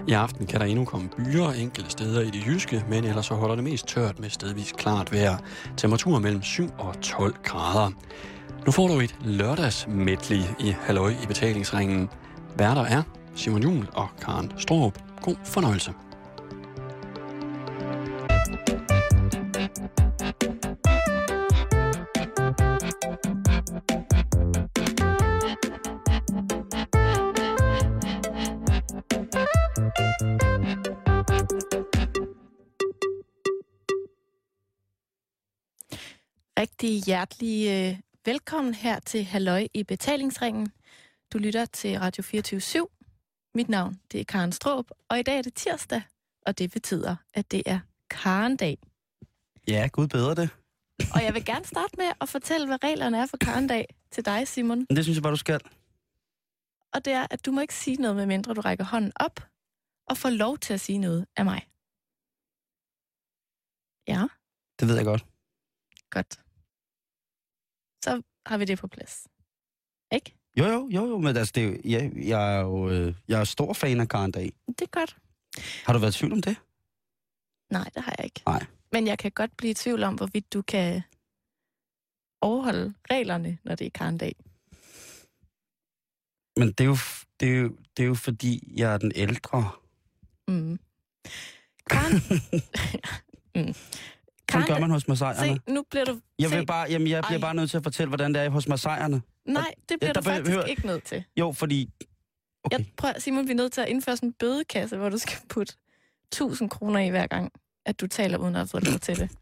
I aften kan der endnu komme byer enkelte steder i det jyske, men ellers så holder det mest tørt med stedvis klart vejr. Temperaturer mellem 7 og 12 grader. Nu får du et lørdagsmedley i Halløj i betalingsringen. Værter er Simon Juhl og Karen Straarup. God fornøjelse. Rigtig hjertelig velkommen her til Halløj i betalingsringen. Du lytter til Radio 24/7. Mit navn det er Karen Straarup, og i dag er det tirsdag, og det betyder, at det er Karendag. Ja, Gud bedre det. Og jeg vil gerne starte med at fortælle, hvad reglerne er for Karendag til dig, Simon. Det synes jeg bare, du skal. Og det er, at du må ikke sige noget, medmindre du rækker hånden op og får lov til at sige noget af mig. Ja. Det ved jeg godt. Godt. Så har vi det på plads. Ikke? Jo, men altså, det er jo, jeg er stor fan af Karendag. Det er godt. Har du været i tvivl om det? Nej, det har jeg ikke. Nej. Men jeg kan godt blive i tvivl om, hvorvidt du kan overholde reglerne, når det er Karendag. Men det er jo fordi, jeg er den ældre. Mm. Karen... Sådan gør man hos massajerne. Se, nu bliver du... Jeg bliver bare nødt til at fortælle, hvordan det er hos massajerne. Nej, det bliver du faktisk ikke nødt til. Jo, fordi... Okay. Simon, vi er nødt til at indføre sådan en bødekasse, hvor du skal putte 1.000 kroner i hver gang, at du taler uden at have fået lov til det.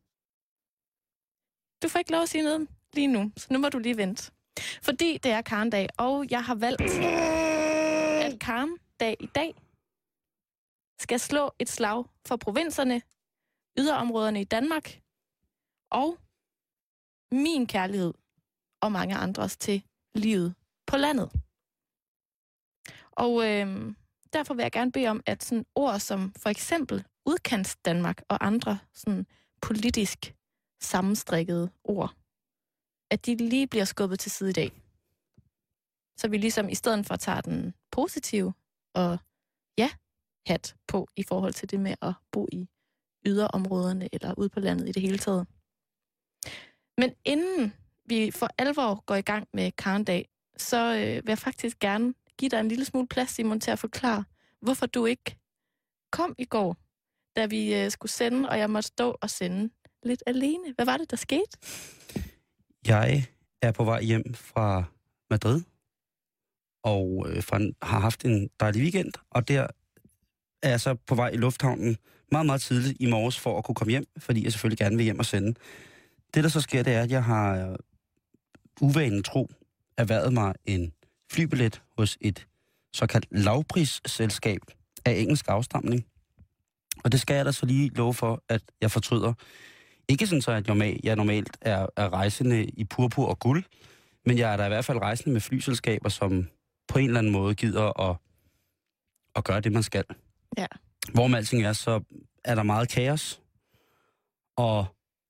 Du får ikke lov at sige noget lige nu, så nu må du lige vente. Fordi det er Karendag, og jeg har valgt, at Karendag i dag skal slå et slag for provinserne, yderområderne i Danmark, og min kærlighed og mange andres til livet på landet. Og derfor vil jeg gerne bede om, at sådan ord som for eksempel udkants Danmark og andre sådan politisk sammenstrikkede ord, at de lige bliver skubbet til side i dag. Så vi ligesom i stedet for tager den positive og hat på i forhold til det med at bo i yderområderne eller ude på landet i det hele taget. Men inden vi for alvor går i gang med Karendag, så vil jeg faktisk gerne give dig en lille smule plads, Simon, til at forklare, hvorfor du ikke kom i går, da vi skulle sende, og jeg måtte stå og sende lidt alene. Hvad var det, der skete? Jeg er på vej hjem fra Madrid, og har haft en dejlig weekend, og der er jeg så på vej i lufthavnen meget, meget tidligt i morges for at kunne komme hjem, fordi jeg selvfølgelig gerne vil hjem og sende. Det, der så sker, det er, at jeg har uvanen tro erhvervet mig en flybillet hos et såkaldt lavprisselskab af engelsk afstamning. Og det skal jeg da så lige love for, at jeg fortryder. Ikke sådan så, at jeg normalt er rejsende i purpur og guld, men jeg er da i hvert fald rejsende med flyselskaber, som på en eller anden måde gider at gøre det, man skal. Ja. Hvor med alting er, så er der meget kaos, og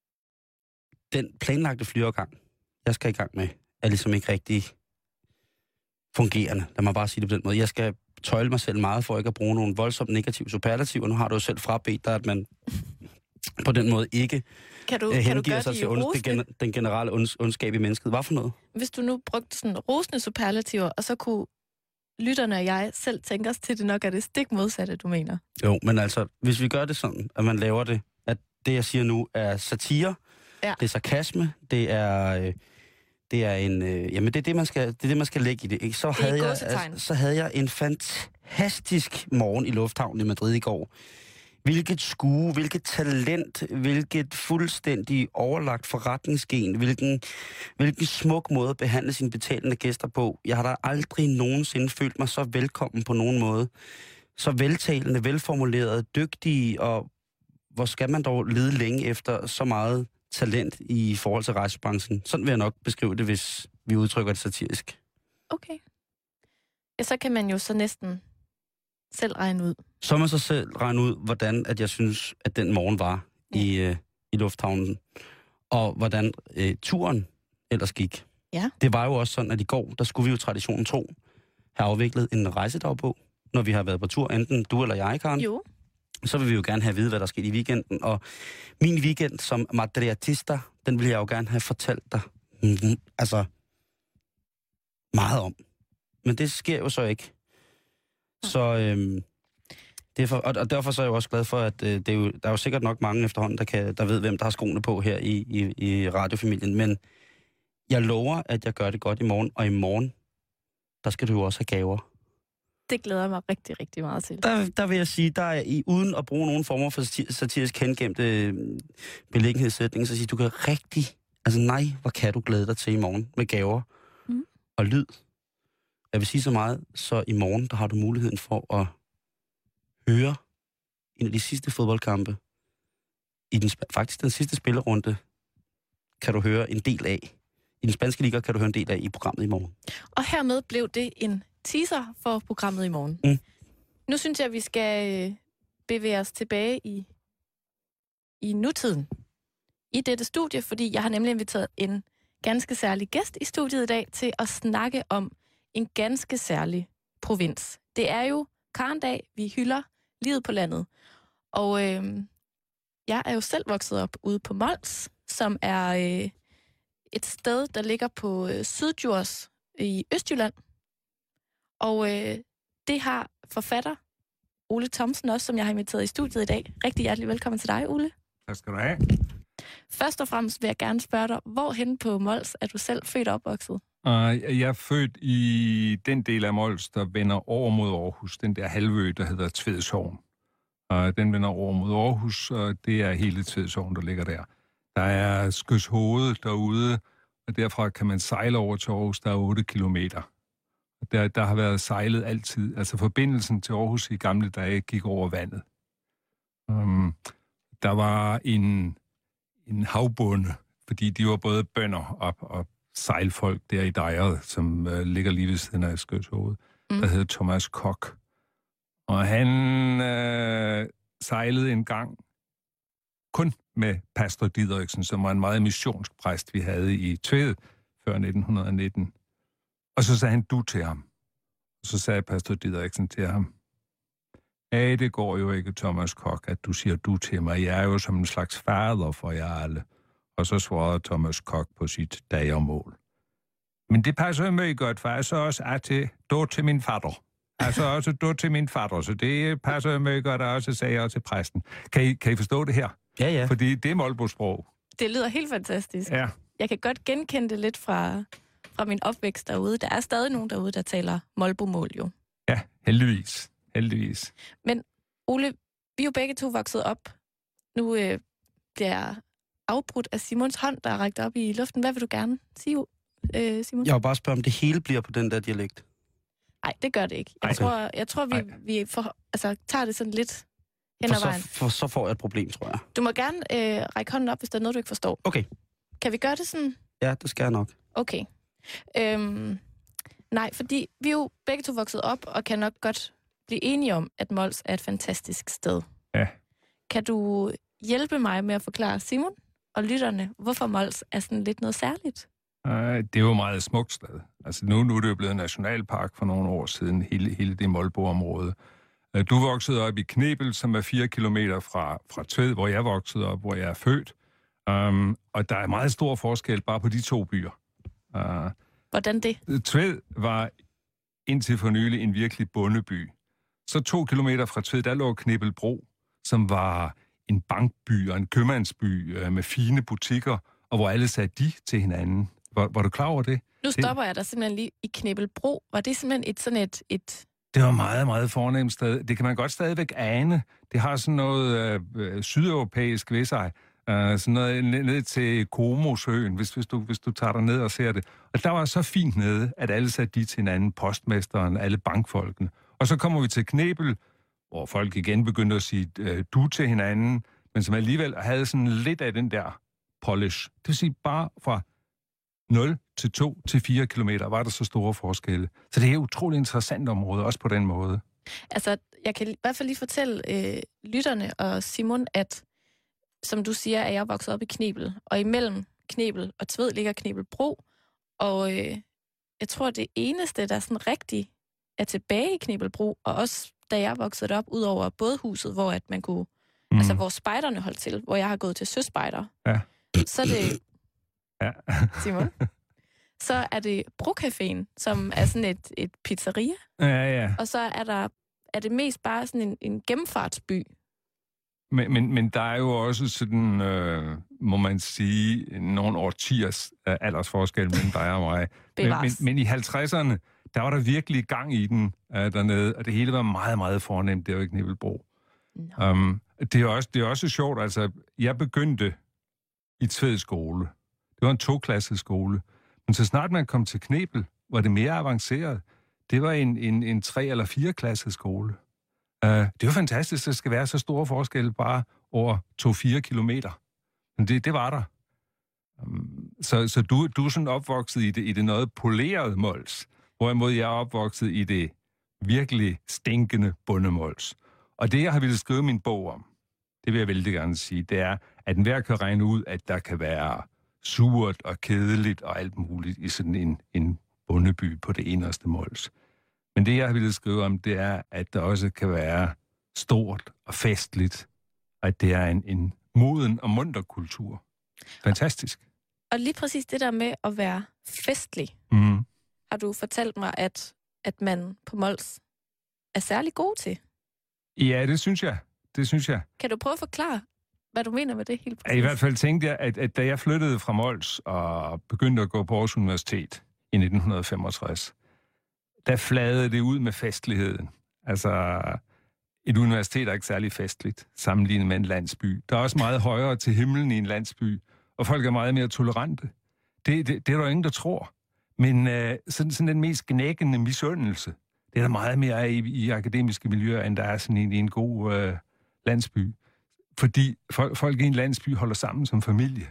den planlagte flyovergang, jeg skal i gang med, er ligesom ikke rigtig fungerende. Lad mig bare sige det på den måde. Jeg skal tøjle mig selv meget for ikke at bruge nogle voldsomt negative superlativer. Nu har du jo selv frabedt dig, at man på den måde ikke hengiver sig til den generelle ondskab i mennesket. Hvad for noget? Hvis du nu brugte sådan rosende superlativer, og så kunne lytterne og jeg selv tænke os til, det nok er det stik modsatte, du mener. Jo, men altså, hvis vi gør det sådan, at man laver det, at det, jeg siger nu, er satire, det er sarkasme, det er en... jamen, det er det, man skal lægge i det. Ikke? Så havde jeg en fantastisk morgen i lufthavnen i Madrid i går. Hvilket skue, hvilket talent, hvilket fuldstændig overlagt forretningsgen, hvilken smuk måde at behandle sine betalende gæster på. Jeg har da aldrig nogensinde følt mig så velkommen på nogen måde. Så veltalende, velformuleret, dygtig, og hvor skal man dog lede længe efter så meget talent i forhold til rejsebranchen. Sådan vil jeg nok beskrive det, hvis vi udtrykker det satirisk. Okay. Ja, så kan man jo så næsten selv regne ud. Så man så selv regne ud, hvordan at jeg synes, at den morgen var i lufthavnen. Og hvordan turen ellers gik. Ja. Det var jo også sådan, at i går, der skulle vi jo traditionen tro have afviklet en rejsedagbog. når vi har været på tur, enten du eller jeg, Karen. Jo. Så vil vi jo gerne have at vide, hvad der skete i weekenden. Og min weekend som madriatista, den vil jeg jo gerne have fortalt dig altså meget om. Men det sker jo så ikke. Så og derfor så er jeg jo også glad for, at der er jo sikkert nok mange efterhånden, der ved, hvem der har skoene på her i radiofamilien. Men jeg lover, at jeg gør det godt i morgen. Og i morgen, der skal du jo også have gaver. Det glæder jeg mig rigtig, rigtig meget til. Der vil jeg sige, der er uden at bruge nogen former for satirisk hengemte beliggenhedssætning, så siger du kan rigtig, altså nej, hvor kan du glæde dig til i morgen med gaver og lyd. Jeg vil sige så meget, så i morgen, der har du muligheden for at høre en af de sidste fodboldkampe. Faktisk den sidste spillerunde kan du høre en del af. I den spanske liga kan du høre en del af i programmet i morgen. Og hermed blev det en teaser for programmet i morgen. Nu synes jeg, at vi skal bevæge os tilbage i nutiden. I dette studie, fordi jeg har nemlig inviteret en ganske særlig gæst i studiet i dag til at snakke om en ganske særlig provins. Det er jo Karendag, vi hylder livet på landet. Og jeg er jo selv vokset op ude på Mols, som er et sted, der ligger på Syddjurs i Østjylland. Og det har forfatter Ole Thomsen også, som jeg har inviteret i studiet i dag. Rigtig hjertelig velkommen til dig, Ole. Tak skal du have. Først og fremmest vil jeg gerne spørge dig, hvorhen på Mols er du selv født og opvokset? Jeg er født i den del af Mols, der vender over mod Aarhus. Den der halvø, der hedder Tvedsogn. Den vender over mod Aarhus, og det er hele Tvedsogn, der ligger der. Der er Skøshoved derude, og derfra kan man sejle over til Aarhus. Der er 8 kilometer. Der har været sejlet altid. Altså forbindelsen til Aarhus i gamle dage gik over vandet. Der var en havbonde, fordi de var både bønder og sejlfolk der i Dejret, som ligger lige ved siden af Skøshoved, der hed Thomas Kok. Og han sejlede en gang kun med pastor Didriksen, som var en meget missionsk præst, vi havde i Tved før 1919. Og så sagde han du til ham. Og så sagde pastor Didriksen til ham, det går jo ikke, Thomas Kok, at du siger du til mig. Jeg er jo som en slags fader for jer alle. Og så svarede Thomas Kok på sit dagermål. Men det passer jo meget godt, for jeg så også er til du til min fader. Altså også du til min fader, så det passer jo meget godt, og også sagde jeg til præsten. Kan I forstå det her? Ja. Fordi det er Molbo-sprog. Det lyder helt fantastisk. Ja. Jeg kan godt genkende det lidt fra min opvækst derude. Der er stadig nogen derude, der taler Molbo-mål jo. Ja, heldigvis. Men Ole, vi er jo begge to vokset op. Nu bliver jeg afbrudt af Simons hånd, der er rækket op i luften. Hvad vil du gerne sige, Simon? Jeg vil bare spørge, om det hele bliver på den der dialekt. Nej, det gør det ikke. Jeg tror vi tager det sådan lidt hen ad vejen. Så får jeg et problem, tror jeg. Du må gerne række hånden op, hvis der er noget, du ikke forstår. Okay. Kan vi gøre det sådan? Ja, det skal jeg nok. Okay. Nej, fordi vi er jo begge to vokset op, og kan nok godt blive enige om, at Mols er et fantastisk sted. Ja. Kan du hjælpe mig med at forklare Simon og lytterne, hvorfor Mols er sådan lidt noget særligt? Det er jo et meget smukt sted. Altså nu er det jo blevet nationalpark for nogle år siden, hele det Molbo-område. Du voksede op i Knebel, som er 4 kilometer fra Tved, hvor jeg voksede op, hvor jeg er født. Og der er meget stor forskel bare på de to byer. Hvordan det? Tved var indtil for nylig en virkelig bondeby. Så 2 kilometer fra Tved, der lå Knebelbro, som var en bankby og en købmandsby med fine butikker, og hvor alle sagde de til hinanden. Var du klar over det? Nu stopper jeg der simpelthen lige i Knebelbro. Var det simpelthen et... Det var meget, meget fornemt sted. Det kan man godt stadigvæk ane. Det har sådan noget sydeuropæisk ved sig. Sådan noget ned til Komosøen, hvis du tager der ned og ser det. Og der var så fint nede, at alle sagde de til hinanden, postmesteren, alle bankfolkene. Og så kommer vi til Knebel, hvor folk igen begyndte at sige du til hinanden, men som alligevel havde sådan lidt af den der polish. Det vil sige, bare fra 0 til 2 til 4 kilometer var der så store forskelle. Så det er et utroligt interessant område, også på den måde. Altså, jeg kan i hvert fald lige fortælle lytterne og Simon, at som du siger, er jeg vokset op i Knebel, og imellem Knebel og Tved ligger Knebelbro, og jeg tror, det eneste, der sådan rigtig er tilbage i Knebelbro, og også da jeg voksede op, ud over bådhuset, hvor at man kunne, altså hvor spejderne holdt til, hvor jeg har gået til søspejder, så er det, Simon, så er det Brocaféen, som er sådan et pizzeria, og så er det mest bare sådan en gennemfartsby. Men der er jo også sådan, må man sige, nogle årtiers aldersforskel mellem dig og mig. Men i 50'erne, der var der virkelig gang i den dernede, og det hele var meget, meget fornemt. Det er jo ikke Knebelbro. No. Det er også sjovt, altså, jeg begyndte i Tved skole. Det var en 2-klasses skole. Men så snart man kom til Knebel, var det mere avanceret. Det var en 3- eller 4-klasses skole. Det var fantastisk, at der skal være så store forskelle bare over 2-4 kilometer. Men det var der. Så du er sådan opvokset i det noget polerede Mols, hvorimod jeg er opvokset i det virkelig stinkende bondemols. Og det, jeg har ville skrive min bog om, det vil jeg vældig gerne sige, det er, at enhver kan regne ud, at der kan være surt og kedeligt og alt muligt i sådan en bondeby på det inderste Mols. Men det, jeg ville skrive om, det er, at der også kan være stort og festligt, og at det er en moden og munter kultur. Fantastisk. Og lige præcis det der med at være festlig, har du fortalt mig, at man på Mols er særlig god til. Ja, det synes jeg. Kan du prøve at forklare, hvad du mener med det helt præcis? I hvert fald tænkte jeg, at da jeg flyttede fra Mols og begyndte at gå på Aarhus Universitet i 1965, der fladede det ud med festligheden. Altså, et universitet er ikke særlig festligt, sammenlignet med en landsby. Der er også meget højere til himlen i en landsby, og folk er meget mere tolerante. Det er der ingen, der tror. Men sådan den mest gnækkende misundelse, det er der meget mere i akademiske miljøer, end der er sådan i en god landsby. Fordi folk i en landsby holder sammen som familie.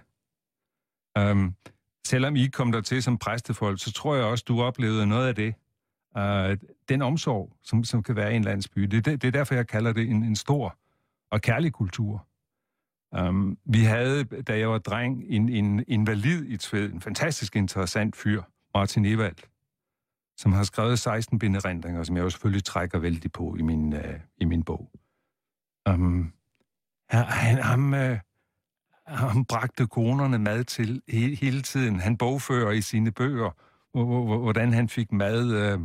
Selvom I kom der til som præstefolk, så tror jeg også, du oplevede noget af det. Den omsorg, som kan være i en landsby. Det er derfor, jeg kalder det en stor og kærlig kultur. Vi havde, da jeg var dreng, en invalid i Tved, en fantastisk interessant fyr, Martin Ewald, som har skrevet 16 binderindringer, som jeg jo selvfølgelig trækker vældig på i min bog. Han bragte konerne mad til hele tiden. Han bogfører i sine bøger, hvordan han fik mad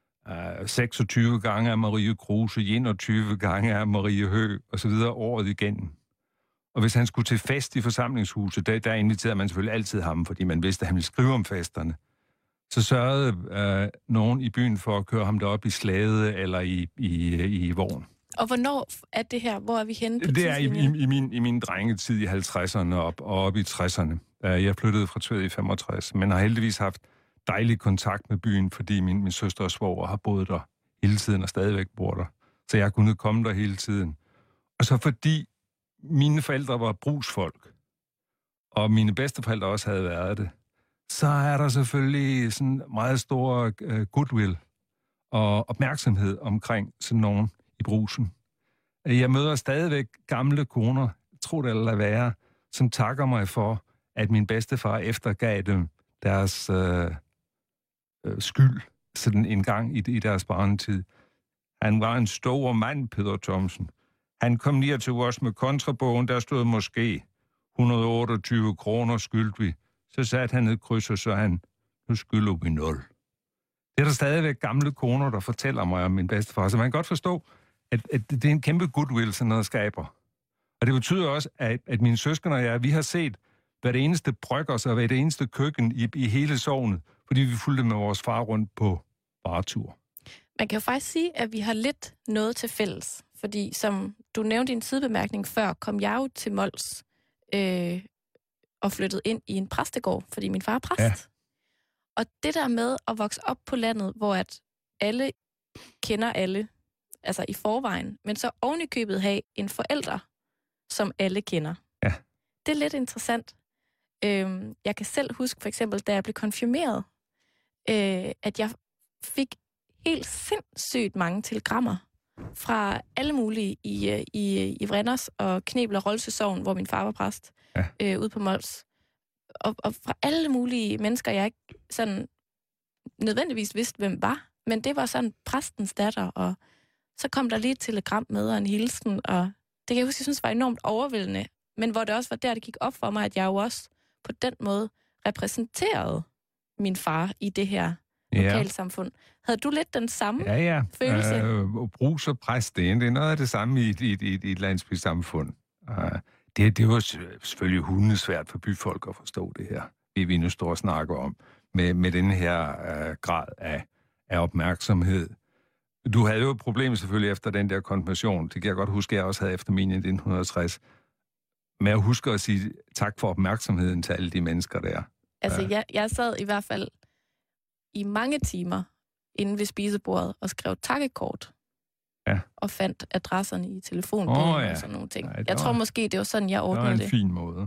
26 gange af Marie Kruse, 21 gange af Marie Høgh, og så videre året igennem. Og hvis han skulle til fest i forsamlingshuset, der inviterede man selvfølgelig altid ham, fordi man vidste, at han ville skrive om festerne. Så sørgede nogen i byen for at køre ham derop i slæde eller i vogn. Og hvornår er det her? Hvor er vi henne på det er i min drengetid i 50'erne og op i 60'erne. Jeg flyttede fra Tved i 65, men har heldigvis haft dejlig kontakt med byen, fordi min søster og svoger har boet der hele tiden og stadigvæk bor der. Så jeg kunne komme der hele tiden. Og så fordi mine forældre var brugsfolk, og mine bedsteforældre også havde været det, så er der selvfølgelig sådan meget stor goodwill og opmærksomhed omkring sådan nogen i Brugsen. Jeg møder stadigvæk gamle koner, tro det eller være, som takker mig for, at min bedstefar eftergav dem deres skyld sådan en gang i deres barnetid. Han var en stor mand, Peter Thomsen. Han kom ned til os med kontrabogen, der stod måske 128 kroner skyld vi. Så satte han et kryds, og så han, nu skylder vi 0. Det er der stadigvæk gamle koner, der fortæller mig om min bedstefar. Så man kan godt forstå, at det er en kæmpe goodwill, sådan noget skaber. Og det betyder også, at mine søskende og jeg, vi har set hver det eneste bryggers og hver det eneste køkken i hele sognet, fordi vi fulgte med vores far rundt på varetur. Man kan jo faktisk sige, at vi har lidt noget til fælles. Fordi som du nævnte i en sidebemærkning før, kom jeg jo til Mols og flyttede ind i en præstegård, fordi min far er præst. Ja. Og det der med at vokse op på landet, hvor at alle kender alle, altså i forvejen, men så oven i købet have en forælder, som alle kender. Ja. Det er lidt interessant. Jeg kan selv huske, for eksempel, da jeg blev konfirmeret, at jeg fik helt sindssygt mange telegrammer fra alle mulige i Vrenders og Knebel og Rolse Sogn, hvor min far var præst, ude på Mols. Og fra alle mulige mennesker, jeg ikke sådan nødvendigvis vidste, hvem var. Men det var sådan præstens datter, og så kom der lige et telegram med og en hilsen, og det kan jeg huske, jeg synes var enormt overvældende. Men hvor det også var der, det gik op for mig, at jeg jo også på den måde repræsenterede min far i det her lokalsamfund. Havde du lidt den samme følelse? Brugs og præst, det er noget af det samme i et landsbysamfund. Det var selvfølgelig hundesvært for byfolk at forstå det her, vi nu står og snakker om, med den her grad af opmærksomhed. Du havde jo et problem selvfølgelig efter den der konfirmation. Det kan jeg godt huske, jeg også havde efter min i 1960. Men jeg husker at sige tak for opmærksomheden til alle de mennesker der. Altså, jeg sad i hvert fald i mange timer inde ved spisebordet og skrev takkekort. Ja. Og fandt adresserne i telefonbogen og sådan nogle ting. Nej, jeg tror måske, det var sådan, jeg ordnede det. Det var en fin måde.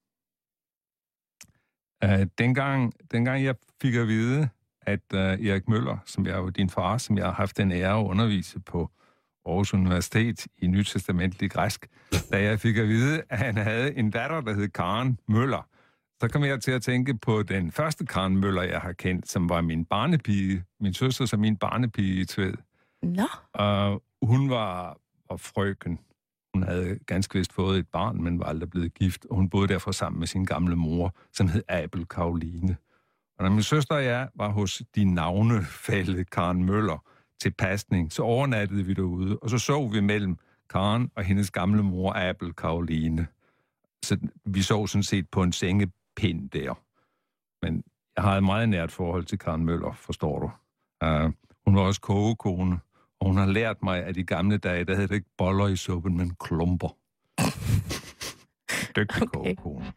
Dengang jeg fik at vide, at Erik Møller, som jeg er jo din far, som jeg har haft den ære at undervise på Aarhus Universitet i nytestamentlig græsk, da jeg fik at vide, at han havde en datter, der hed Karen Møller, så kom jeg til at tænke på den første Karen Møller, jeg har kendt, som var min barnepige, min søster som min barnepige i Tved. Nå. Hun var frøken. Hun havde ganske vist fået et barn, men var aldrig blevet gift, og hun boede derfor sammen med sin gamle mor, som hed Abel Karoline. Og når min søster og jeg var hos de navnefælde Karen Møller til pasning, så overnattede vi derude, og så sov vi mellem Karen og hendes gamle mor, Abel Karoline. Så vi sov sådan set på en sengepind der. Men jeg har et meget nært forhold til Karen Møller, forstår du. Hun var også kogekone, og hun har lært mig, at i gamle dage, der hed det ikke boller i suppen, men klumper. Dygtig kogekone.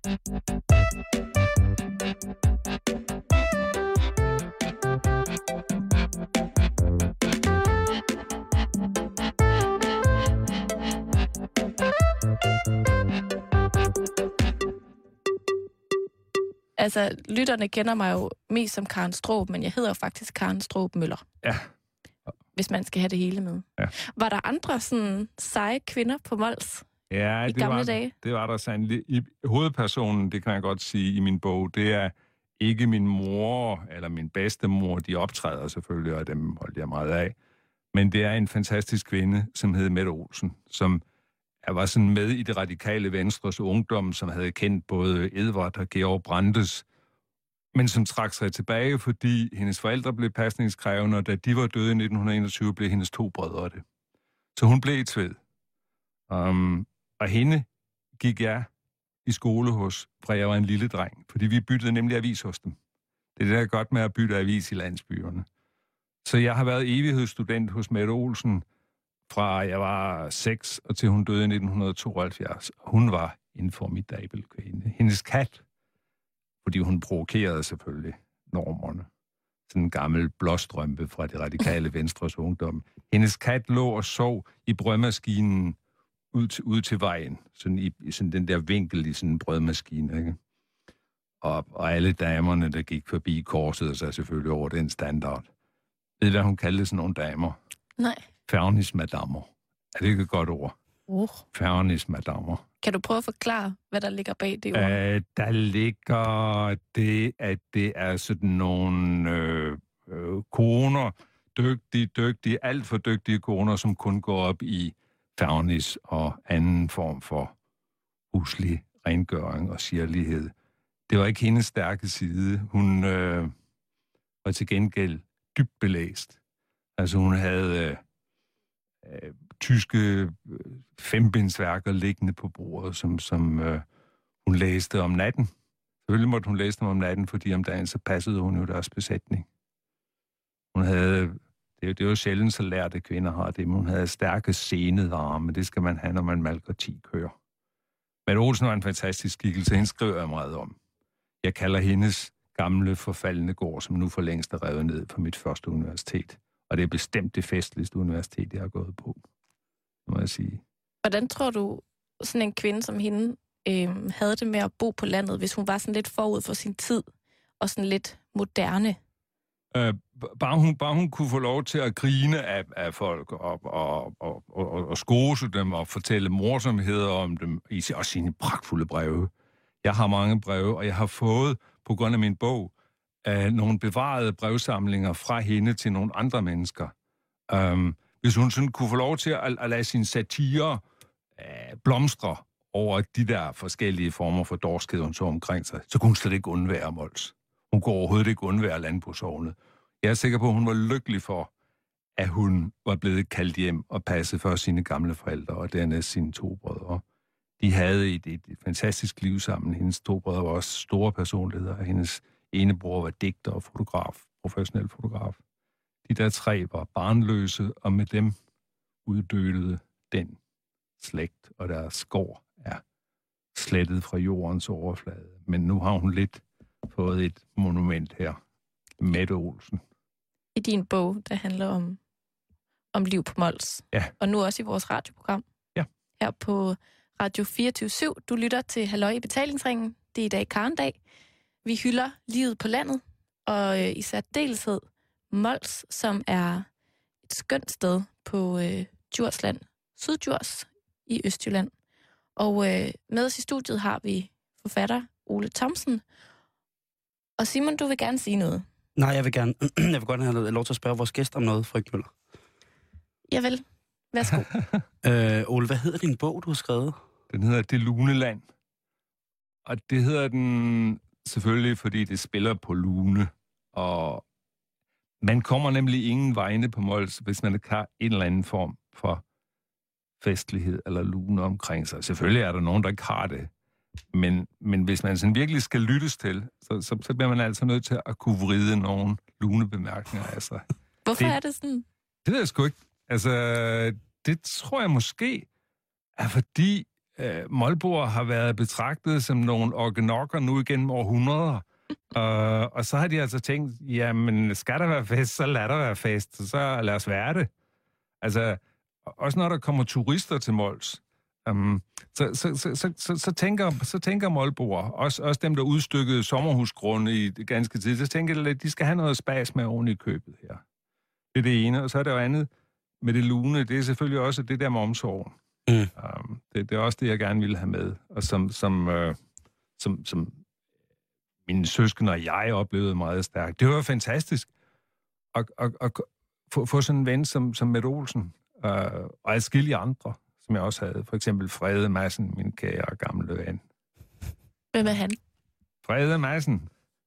Altså, lytterne kender mig jo mest som Karen Straarup, men jeg hedder jo faktisk Karen Straarup Møller. Ja. Hvis man skal have det hele med. Ja. Var der andre sådan seje kvinder på Mols i gamle dage? Det var der sandelig. I hovedpersonen, det kan jeg godt sige i min bog, det er ikke min mor eller min bedstemor. De optræder selvfølgelig, og dem holdt jeg meget af. Men det er en fantastisk kvinde, som hed Mette Olsen, som var sådan med i det radikale Venstres ungdom, som havde kendt både Edvard og Georg Brandes, men som trak sig tilbage, fordi hendes forældre blev pasningskrævende, og da de var døde i 1921, blev hendes 2 brødre det. Så hun blev i Tved. Og hende gik jeg i skole hos, fra jeg var en lille dreng, fordi vi byttede nemlig avis hos dem. Det er det, der er godt med at bytte avis i landsbyerne. Så jeg har været evighedsstudent hos Mette Olsen, fra jeg var 6 og til hun døde i 1972. Hun var en formidabel kvinde. Hendes kat, fordi hun provokerede selvfølgelig normerne. Sådan en gammel blåstrømpe fra det radikale Venstres ungdom. Hendes kat lå og sov i brødmaskinen ud til vejen. Sådan i sådan den der vinkel i sådan en brødmaskine, ikke? Og alle damerne, der gik forbi, korsede sig selvfølgelig over den standard. Ved du, hvad hun kaldte sådan nogle damer? Nej. Fernismadammer. Er det ikke et godt ord? Fernismadammer. Kan du prøve at forklare, hvad der ligger bag det ord? Der ligger det, at det er sådan nogle koner, dygtige, alt for dygtige koner, som kun går op i fernis og anden form for huslig rengøring og sirlighed. Det var ikke hendes stærke side. Hun var til gengæld dybt belæst. Altså hun havde tyske fembindsværker liggende på bordet, som hun læste om natten. Selvfølgelig måtte hun læse dem om natten, fordi om dagen så passede hun jo deres besætning. Hun havde, det er jo sjældent så lærte kvinder har det, men hun havde stærke senede arme. Det skal man have, når man malker 10 køer. Men Olsen var en fantastisk skikkelse, hende skriver jeg meget om. Jeg kalder hendes gamle forfaldende gård, som nu for længst er revet ned på mit første universitet. Og det er bestemt det festligste universitet, jeg har gået på, må jeg sige. Hvordan tror du, sådan en kvinde som hende havde det med at bo på landet, hvis hun var sådan lidt forud for sin tid, og sådan lidt moderne? Bare hun kunne få lov til at grine af folk, og skose dem, og fortælle morsomheder om dem, og sine pragtfulde breve. Jeg har mange breve, og jeg har fået, på grund af min bog, nogle bevarede brevsamlinger fra hende til nogle andre mennesker. Hvis hun sådan kunne få lov til at lade sin satire blomstre over de der forskellige former for dårskhed, hun så omkring sig, så kunne hun slet ikke undvære Mols. Hun kunne overhovedet ikke undvære landbrugsovnet. Jeg er sikker på, at hun var lykkelig for, at hun var blevet kaldt hjem og passet for sine gamle forældre, og dernæst sine 2 brødre. De havde et fantastisk liv sammen. Hendes 2 brødre var også store personligheder. Hendes ene bror var digter og fotograf, professionel fotograf. De der 3 var barnløse, og med dem uddøde den slægt, og deres skår er slettet fra jordens overflade. Men nu har hun lidt fået et monument her. Mette Olsen. I din bog, der handler om liv på Mols. Ja. Og nu også i vores radioprogram. Ja. Her på Radio 24/7. Du lytter til Halløj i betalingsringen. Det er i dag Karendag. Vi hylder livet på landet, og i særdeleshed Mols, som er et skønt sted på Djursland, Syddjurs i Østjylland. Og med os i studiet har vi forfatter Ole Thomsen. Og Simon, du vil gerne sige noget. Nej, jeg vil godt have lov til at spørge vores gæst om noget, Frøken Møller. Ja vel. Værsgo. Ole, hvad hedder din bog, du har skrevet? Den hedder Det Lune Land. Og det hedder den selvfølgelig, fordi det spiller på lune. Og man kommer nemlig ingen vegne på Mols, hvis man ikke har en eller anden form for festlighed eller lune omkring sig. Selvfølgelig er der nogen, der ikke har det. Men hvis man sådan virkelig skal lyttes til, så bliver man altså nødt til at kunne vride nogle lune bemærkninger af sig. Hvorfor er det sådan? Det ved jeg sgu ikke. Altså, det tror jeg måske er fordi Molboer har været betragtet som nogle organokker nu igennem århundreder. Og så har de altså tænkt, jamen skal der være fest, så lad der være fest, så lad os være det. Altså, også når der kommer turister til Mols, så tænker Molboer, også dem, der udstykkede sommerhusgrunde i det ganske tid, så tænker de, at de skal have noget spas med oven i købet her. Det er det ene, og så er det jo andet med det lune, det er selvfølgelig også det der med omsorgen. Det er også det, jeg gerne ville have med, og som mine søskende og jeg oplevede meget stærkt. Det var fantastisk at få sådan en ven som Mette Olsen, og adskillige andre, som jeg også havde. For eksempel Frede Madsen, min kære og gamle ven. Hvem er han? Frede Madsen.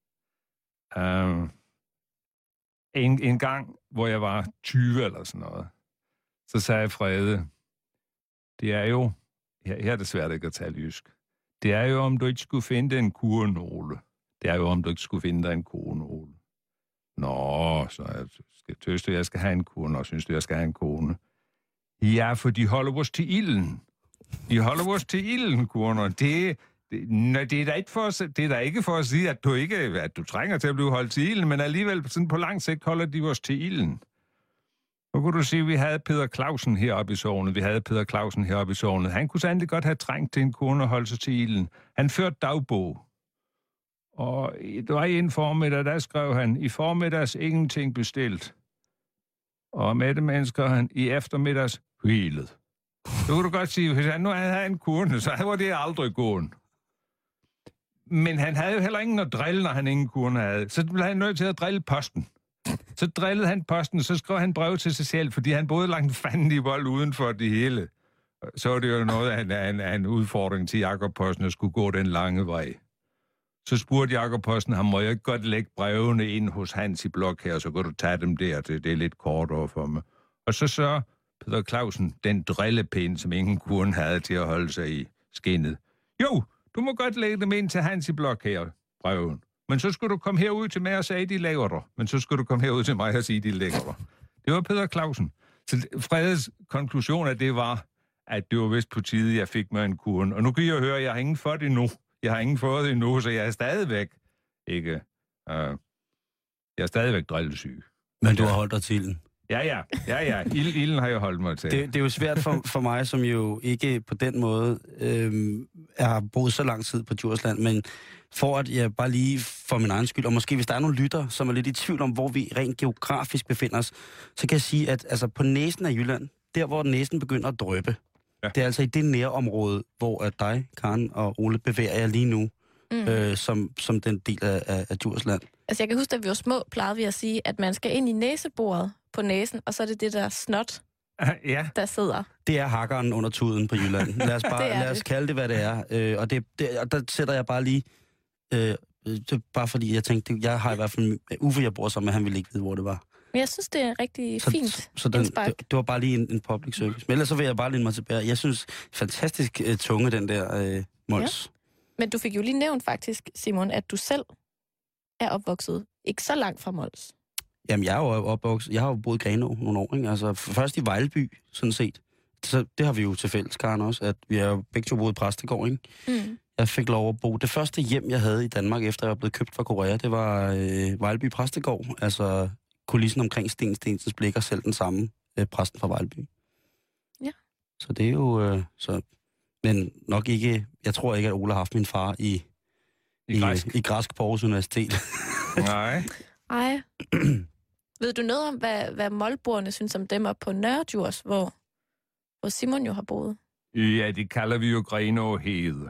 En gang, hvor jeg var 20 eller sådan noget, så sagde Frede, det er jo, her er det svært ikke at tale jysk, det er jo, om du ikke skulle finde en kurenåle. Det er jo, om du ikke skulle finde dig en kurenåle. Nå, så tøs du, jeg skal have en kone, og synes du, jeg skal have en kone? Ja, for de holder os til ilden. De holder os til ilden, kurner. Det er da ikke for at sige, at du trænger til at blive holdt til ilden, men alligevel sådan på lang sigt holder de os til ilden. Nu kunne du sige, at vi havde Peter Clausen heroppe i sognet. Han kunne sandelig godt have trængt til en kone og holde sig til ilden. Han førte dagbog. Og det var en formiddag, der skrev han, i formiddags ingenting bestilt. Og med det mennesker han i eftermiddags hvilet. Så kunne du godt sige, hvis han nu havde en kone, så var det aldrig gået. Men han havde jo heller ingen at drille, når han ingen kone havde. Så blev han nødt til at drille posten. Så drillede han posten, så skrev han brev til sig selv, fordi han boede langt fanden i vold uden for det hele. Så var det jo noget af en udfordring til Jakob Posten at skulle gå den lange vej. Så spurgte Jakob Posten ham, må jeg ikke godt lægge brevene ind hos Hans i blok her, så kan du tage dem der, det er lidt kortere for mig. Og så Peter Clausen, den drillepind, som ingen kone havde til at holde sig i skinnet. Jo, du må godt lægge dem ind til Hans i blok her, breven. Men så skulle du komme herud til mig og sige, de laver dig. Men så skulle du komme herud til mig og sige, de lægger dig. Det var Peter Clausen. Så Fredes konklusion af det var, at det var vist på tide, jeg fik mig en kone. Og nu kan jeg høre, at jeg har ingen fået det endnu. Jeg har ingen fået det endnu, så jeg er stadigvæk ikke... jeg er stadigvæk drillesyg. Men du har holdt dig til ilden? Ja. Ilden har jeg holdt mig til. Det er jo svært for mig, som jo ikke på den måde har boet så lang tid på Djursland, men for at jeg bare lige for min egen skyld, og måske hvis der er nogle lytter, som er lidt i tvivl om, hvor vi rent geografisk befinder os, så kan jeg sige, at altså, på næsen af Jylland, der hvor næsen begynder at dryppe, det er altså i det nærområde, hvor at dig, Karen og Ole, bevæger jer lige nu, som den del af Djursland. Altså, jeg kan huske, at vi var små, plejede vi at sige, at man skal ind i næseboret på næsen, og så er det der snot, der sidder. Det er hakkeren under tuden på Jylland. Lad os kalde det, hvad det er. Og der sætter jeg bare lige... bare fordi jeg tænkte, jeg har i hvert fald... Uffe, jeg bor sammen med, han ville ikke vide, hvor det var. Men jeg synes, det er rigtig fint. Så det var bare lige en public service. Men ellers så vil jeg bare lige mig tilbage. Jeg synes, fantastisk tunge, den der Mols. Ja. Men du fik jo lige nævnt faktisk, Simon, at du selv er opvokset ikke så langt fra Mols. Jamen, jeg er jo opvokset. Jeg har jo boet i Grenaa nogle år, ikke? Altså, først i Vejleby, sådan set. Så det har vi jo til fælles, Karen, også, at vi har jo begge to boet i Præstegård, ikke? Mm. Jeg fik lov at bo. Det første hjem, jeg havde i Danmark, efter jeg var blevet købt fra Korea, det var Vejleby Præstegård. Altså, kulissen omkring Stensens Blik, og selv den samme præsten fra Vejleby. Ja. Så det er jo... men nok ikke... Jeg tror ikke, at Ole har haft min far i græsk på Aarhus Universitet. Nej. Ej. Ved du noget om, hvad målboerne synes om dem op på Nørredjurs, hvor Simon jo har boet? Ja, det kalder vi jo Grenaa-hede.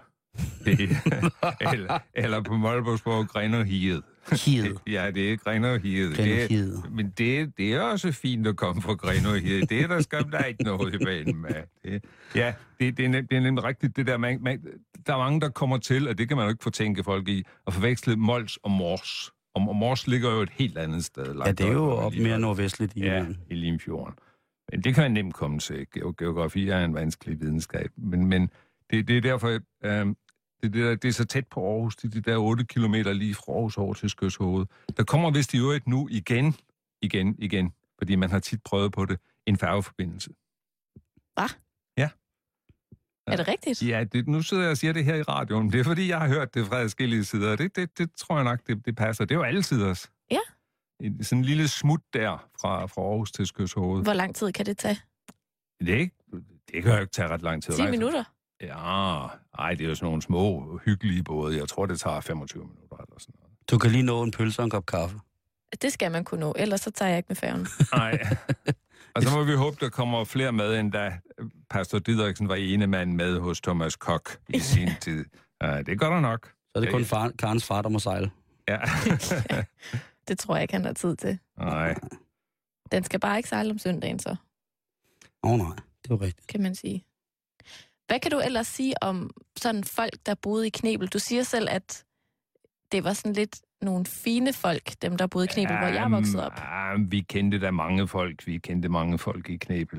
eller på Målborgsborg Grenaa-hede. Ja, det er Grenaa-hede. Men det er også fint at komme fra Grenaa-hede. Det er der skam der ikke noget i banen med. Det er nemlig rigtigt det der. Der er mange, der kommer til, og det kan man jo ikke fortænke folk i, at forveksle Mols og Mors. Og Mors ligger jo et helt andet sted. Ja, det er jo op mere nordvestligt i Limfjorden. Men det kan man nemt komme til. Geografi er en vanskelig videnskab. Men det er derfor, det er så tæt på Aarhus. Det er de der 8 kilometer lige fra Aarhus over til Skøshoved. Der kommer vist i øvrigt nu igen, fordi man har tit prøvet på det, en færgeforbindelse. Hvad? Ja. Er det rigtigt? Ja, nu sidder jeg og siger det her i radioen. Det er fordi, jeg har hørt det fra forskellige sider. Det tror jeg nok, det passer. Det er jo alle siders. Ja. Sådan en lille smut der fra Aarhus til Skøshoved. Hvor lang tid kan det tage? Det kan jo ikke tage ret lang tid. 10 minutter? Ja, det er jo sådan nogle små, hyggelige både. Jeg tror, det tager 25 minutter eller sådan noget. Du kan lige nå en pølse og en kop kaffe. Det skal man kunne nå, ellers så tager jeg ikke med færgen. Nej. Og så må vi håbe, der kommer flere med, end da Pastor Didriksen var enemand med hos Thomas Koch i sin tid. Det gør der nok. Så er det kun Karens far, der må sejle. Ja. Det tror jeg ikke, han har tid til. Nej. Den skal bare ikke sejle om søndagen, så. Nej, det er rigtigt. Kan man sige. Hvad kan du ellers sige om sådan folk, der boede i Knebel? Du siger selv, at det var sådan lidt nogle fine folk, dem der boede i Knebel, hvor jeg voksede op. Vi kendte da mange folk. Vi kendte mange folk i Knebel.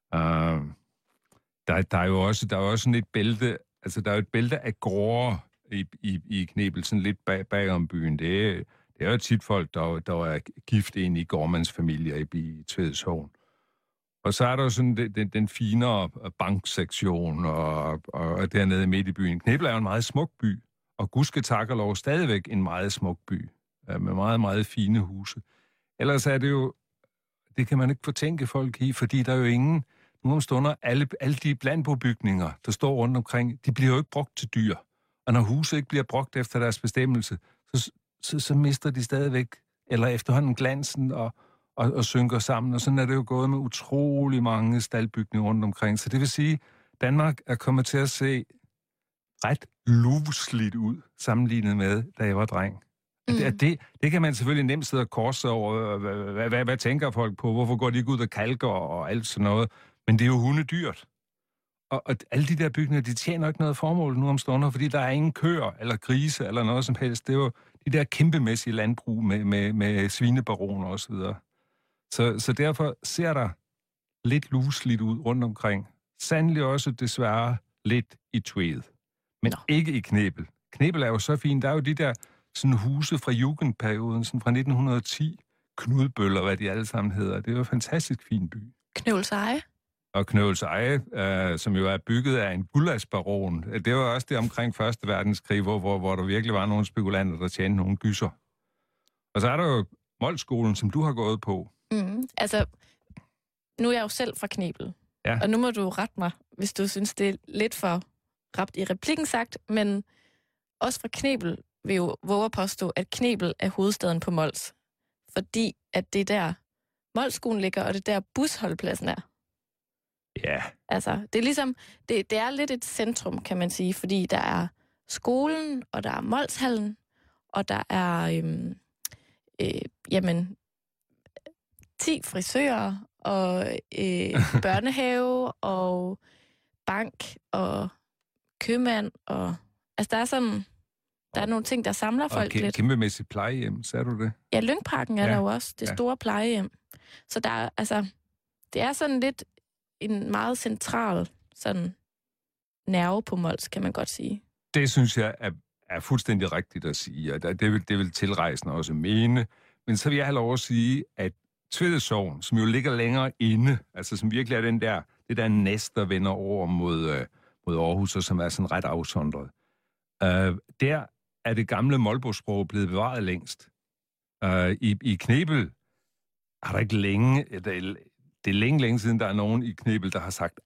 Der er jo også sådan et bælte, altså der er jo et bælte af gårde i Knebel, sådan lidt bag om byen. Det er jo tit folk, der er gift ind i gårdmandsfamilier i Tvedshov. Og så er der jo sådan den finere banksektion og dernede midt i byen. Knebel er jo en meget smuk by, og gudske tak og lov stadigvæk en meget smuk by, med meget, meget fine huse. Ellers er det jo, det kan man ikke fortænke folk i, fordi der er jo ingen, nogle stunder, alle de landbrugbyggninger, der står rundt omkring, de bliver jo ikke brugt til dyr. Og når huset ikke bliver brugt efter deres bestemmelse, så mister de stadigvæk, eller efterhånden glansen og synker sammen. Og sådan er det jo gået med utrolig mange staldbygninger rundt omkring. Så det vil sige, Danmark er kommet til at se ret lusligt ud, sammenlignet med, da jeg var dreng. Det kan man selvfølgelig nemt sidde og korse over. Hvad tænker folk på? Hvorfor går de ikke ud og kalker og alt sådan noget? Men det er jo hundedyrt. Og alle de der bygninger, de tjener ikke noget formål nu om stunder, fordi der er ingen køer eller grise eller noget som helst. Det er jo de der kæmpemæssige landbrug med svinebaroner og så videre. Så derfor ser der lidt lusligt ud rundt omkring. Sandelig også desværre lidt i Tved. Men ikke i Knebel. Knebel er jo så fint. Der er jo de der sådan huse fra jugendperioden, sådan fra 1910. Knudbøller, hvad de alle sammen hedder. Det er jo en fantastisk fin by. Knøvlseje. Og Knøvlseje, som jo er bygget af en gullaschbaron. Det var også det omkring 1. verdenskrig, hvor der virkelig var nogle spekulanter, der tjente nogle gyser. Og så er der jo Molskolen, som du har gået på. Altså, nu er jeg jo selv fra Knebel. Ja. Og nu må du rette mig, hvis du synes, det er lidt for rapt i replikken sagt, men også fra Knebel vil jo våge at påstå, at Knebel er hovedstaden på Mols. Fordi at det er der Molskolen ligger, og det er der busholdpladsen er. Ja. Altså, det er ligesom, det er lidt et centrum, kan man sige, fordi der er skolen, og der er Molshallen, og der er jamen, 10 frisører, og børnehave, og bank, og købmand, og... Altså, der er nogle ting, der samler folk lidt. Og kæmpemæssigt plejehjem, sagde du det? Ja, Lyngparken er der jo også, det store plejehjem. Så der er, altså, det er sådan lidt en meget central sådan nerve på Mols, kan man godt sige. Det synes jeg er fuldstændig rigtigt at sige, og det vil tilrejsende også mene. Men så vil jeg have lov at sige, at Tvede Sogn, som jo ligger længere inde, altså som virkelig er det der næst, der vender over mod Aarhus, og som er sådan ret afsondret. Der er det gamle Molbo-sprog blevet bevaret længst. I Knebel har der ikke længe, det er længe siden, der er nogen i Knebel, der har sagt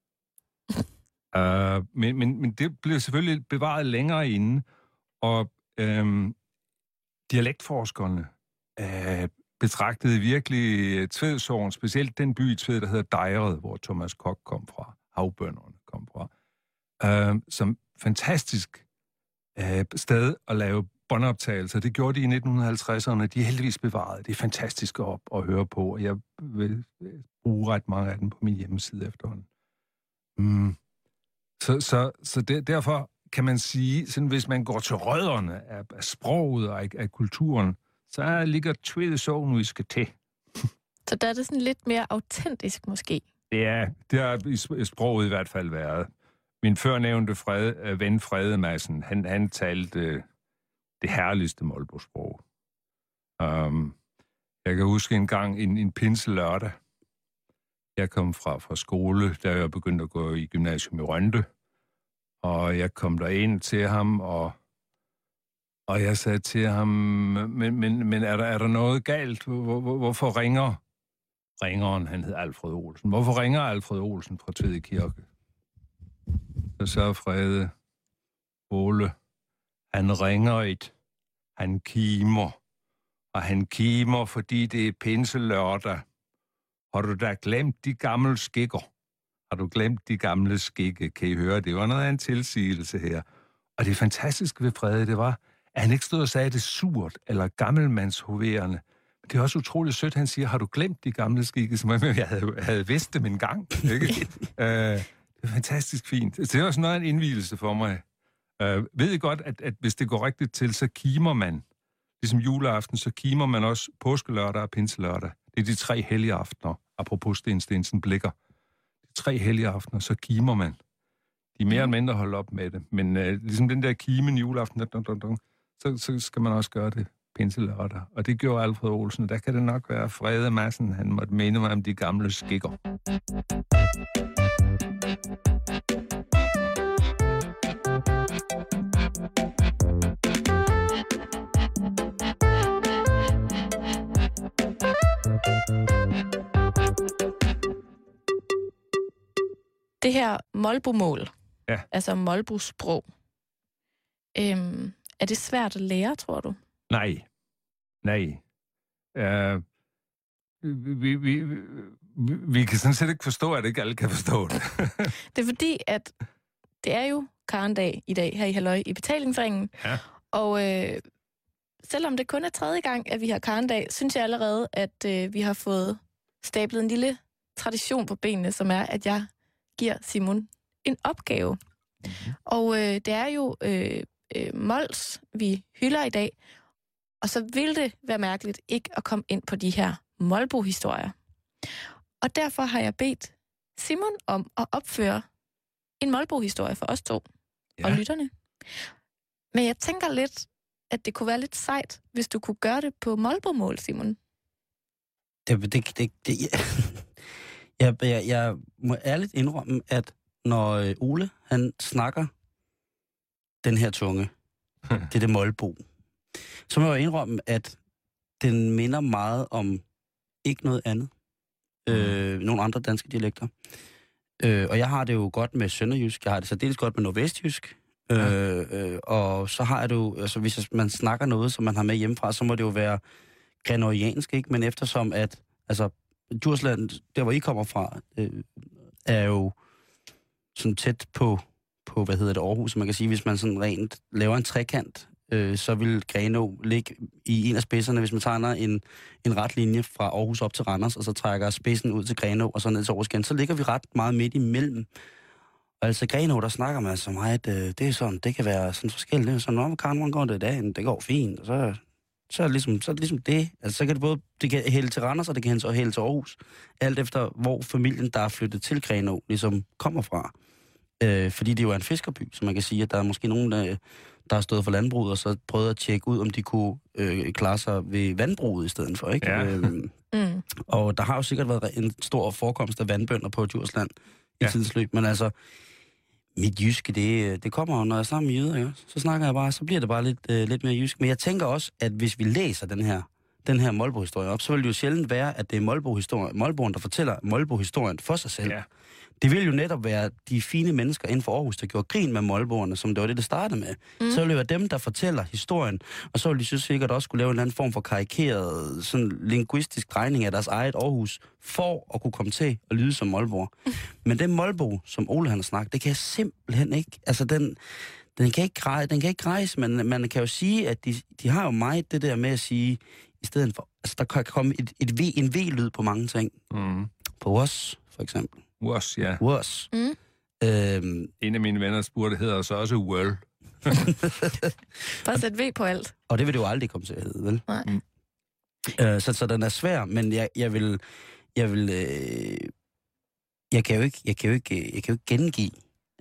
men det blev selvfølgelig bevaret længere inde, og dialektforskerne betragtede virkelig Tvede Sogn, specielt den by i Tvede, der hedder Dejret, hvor Thomas Koch kom fra, havbønderne kom fra, som fantastisk sted at lave båndoptagelser. Det gjorde de i 1950'erne. De er heldigvis bevaret. Det er fantastisk at høre på, og jeg vil bruge ret mange af dem på min hjemmeside efterhånden. Så derfor kan man sige, sådan, hvis man går til rødderne af sproget og af kulturen, så ligger Tvede Sogn, vi skal til. Så der er det sådan lidt mere autentisk måske? Ja, det har i sproget i hvert fald været. Min førnævnte ven Frede Madsen, han talte det herligste Molbo-sprog. Jeg kan huske en gang en pinselørdag. Jeg kom fra skole, da jeg begyndte at gå i gymnasium i Rønde. Og jeg kom derind til ham, og jeg sagde til ham, men er der noget galt? Hvorfor ringeren, han hed Alfred Olsen. Hvorfor ringer Alfred Olsen fra Tvede Kirke? Så Frede, Ole, han ringer ikke. Han kimer. Og han kimer, fordi det er pinselørdag. Har du da glemt de gamle skikker? Har du glemt de gamle skikke? Kan I høre? Det var noget af en tilsigelse her. Og det fantastiske ved Frede, det var, at han ikke stod og sagde det surt eller gammelmandshoverende. Men det er også utroligt sødt, han siger, har du glemt de gamle skikke, som jeg havde vidst dem engang? Ikke? Det er fantastisk fint. Det er også noget af en indvielse for mig. Ved I godt, at hvis det går rigtigt til, så kimer man, ligesom juleaften, så kimer man også påskelørdag og pinselørdag. Det er de 3 hellige aftener, apropos Sten Stensen Blikker. De 3 hellige aftener, så kimer man. De er mere eller mindre holde op med det. Men ligesom den der kimen juleaften, så skal man også gøre det pinselørdag. Og det gjorde Alfred Olsen. Der kan det nok være Frede Madsen. Han måtte mene mig om de gamle skikker. Det her Molbo-mål, altså Molbo-sprog, er det svært at lære, tror du? Nej. Vi kan sådan set ikke forstå, at ikke alle kan forstå det. Det er fordi, at det er jo Karendag i dag her i Halløj i Betalingsringen. Ja. Og selvom det kun er 3. gang, at vi har Karendag, synes jeg allerede, at vi har fået stablet en lille tradition på benene, som er, at jeg giver Simon en opgave. Mm-hmm. Og det er jo Mols, vi hylder i dag. Og så vil det være mærkeligt ikke at komme ind på de her Molbo-historier. Og derfor har jeg bedt Simon om at opføre en Molbo-historie for os to og lytterne. Men jeg tænker lidt, at det kunne være lidt sejt, hvis du kunne gøre det på Molbo-mål, Simon. Jeg må ærligt indrømme, at når Ole, han snakker den her tunge, det er det Molbo, så må jeg indrømme, at den minder meget om ikke noget andet. Nogle andre danske dialekter. Og jeg har det jo godt med sønderjysk, jeg har det særdeles godt med nordvestjysk. Og så har jeg det jo, altså hvis man snakker noget, som man har med hjemmefra, så må det jo være grenoriansk, ikke? Men eftersom at, altså Djursland, der hvor I kommer fra, er jo sådan tæt på Aarhus, man kan sige, hvis man sådan rent laver en trekant så vil Grenaa ligge i en af spidserne, hvis man tegner en ret linje fra Aarhus op til Randers, og så trækker spidsen ud til Grenaa, og så ned til Aarhus igen, så ligger vi ret meget midt imellem. Og altså Grenaa, der snakker man så meget, det er sådan, det kan være sådan forskelligt. Det er sådan, hvor kan går det i dag? Det går fint, og så er det ligesom det. Altså, så kan det både, det kan hælde til Randers, og det kan hælde til Aarhus. Alt efter, hvor familien, der er flyttet til Grenaa, ligesom kommer fra. Fordi det jo er en fiskerby, så man kan sige, at der er måske nogen, der har stået for landbruget, og så prøvet at tjekke ud, om de kunne klare sig ved vandbruget i stedet for, ikke? Ja. Og der har jo sikkert været en stor forekomst af vandbønder på Djursland i tidens løb, men altså, mit jyske, det kommer jo, når jeg snakker med jyder, ikke? Så snakker jeg bare, så bliver det bare lidt mere jysk. Men jeg tænker også, at hvis vi læser den her Molbo-historie op, så vil det jo sjældent være, at det er Molboen, der fortæller Molbo-historien for sig selv. Ja. Det vil jo netop være de fine mennesker inden for Aarhus, der gjorde grin med Molboerne, som det var det startede med. Så vil det være dem, der fortæller historien, og så vil de så sikkert også skulle lave en eller anden form for karikeret, sådan linguistisk drejning af deres eget Aarhus, for at kunne komme til at lyde som Molboer. Men den Molbo, som Ole han har snakket, det kan jeg simpelthen ikke, altså den kan ikke rejse, men man kan jo sige, at de har jo meget det der med at sige, i stedet for, altså der kan komme en V-lyd på mange ting. På os, for eksempel. Was, ja. Was. En af mine venner spurgte, hedder så også Well. Bare sæt V på alt. Og det vil det jo aldrig komme til at hedde, vel? Nej. Så den er svær, men jeg kan jo ikke gengive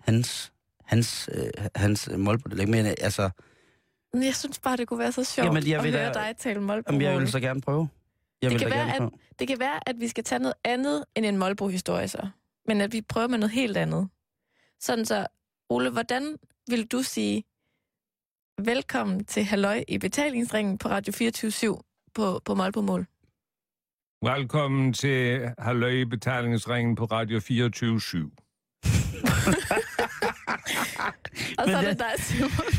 hans Molbo-dialekt, men altså... Jeg synes bare, det kunne være så sjovt at høre dig tale Molbo. Jamen, jeg vil så gerne prøve. Det kan være, at vi skal tage noget andet end en Molbo-historie så. Men at vi prøver med noget helt andet. Sådan så, Ole, hvordan vil du sige velkommen til Halløj i betalingsringen på Radio 24/7 på Molbo-mål? Velkommen til Halløj i betalingsringen på Radio 24/7. Og så er det dig, Simon.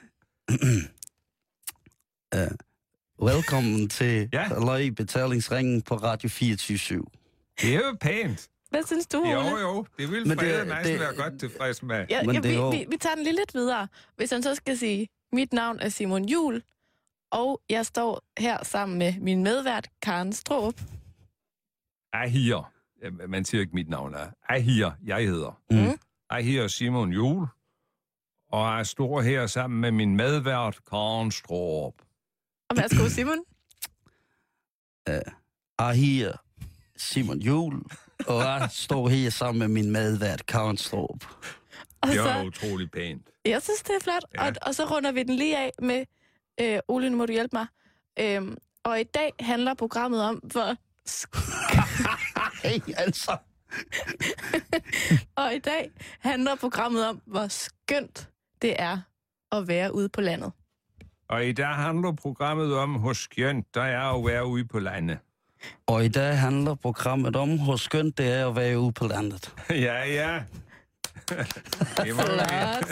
Velkommen til Halløj i betalingsringen på Radio 24/7. Det er jo pænt. Hvad synes du, Ole? Jo, det vil Frede Madsen være godt tilfreds med. Vi tager den lige lidt videre. Hvis han så skal sige, mit navn er Simon Juhl, og jeg står her sammen med min medvært, Karen Straarup. Ahir. Man siger ikke mit navn er. Ahir, jeg hedder. Ahir Simon Juhl, og jeg står her sammen med min medvært, Karen Straarup. Og værsgo, Simon. Ahir Simon Juhl, og jeg står her sammen med min medvært, Karen Straarup. Det er utrolig pænt. Jeg synes, det er flot. Ja. Og så runder vi den lige af med, Ole, nu må du hjælpe mig. Og i dag handler programmet om, hvor... altså. Og i dag handler programmet om, hvor skønt det er at være ude på landet. Og i dag handler programmet om, hvor skønt der er at være ude på landet. Og i dag handler programmet om, hvor skønt det er at være ude på landet. Ja. Det var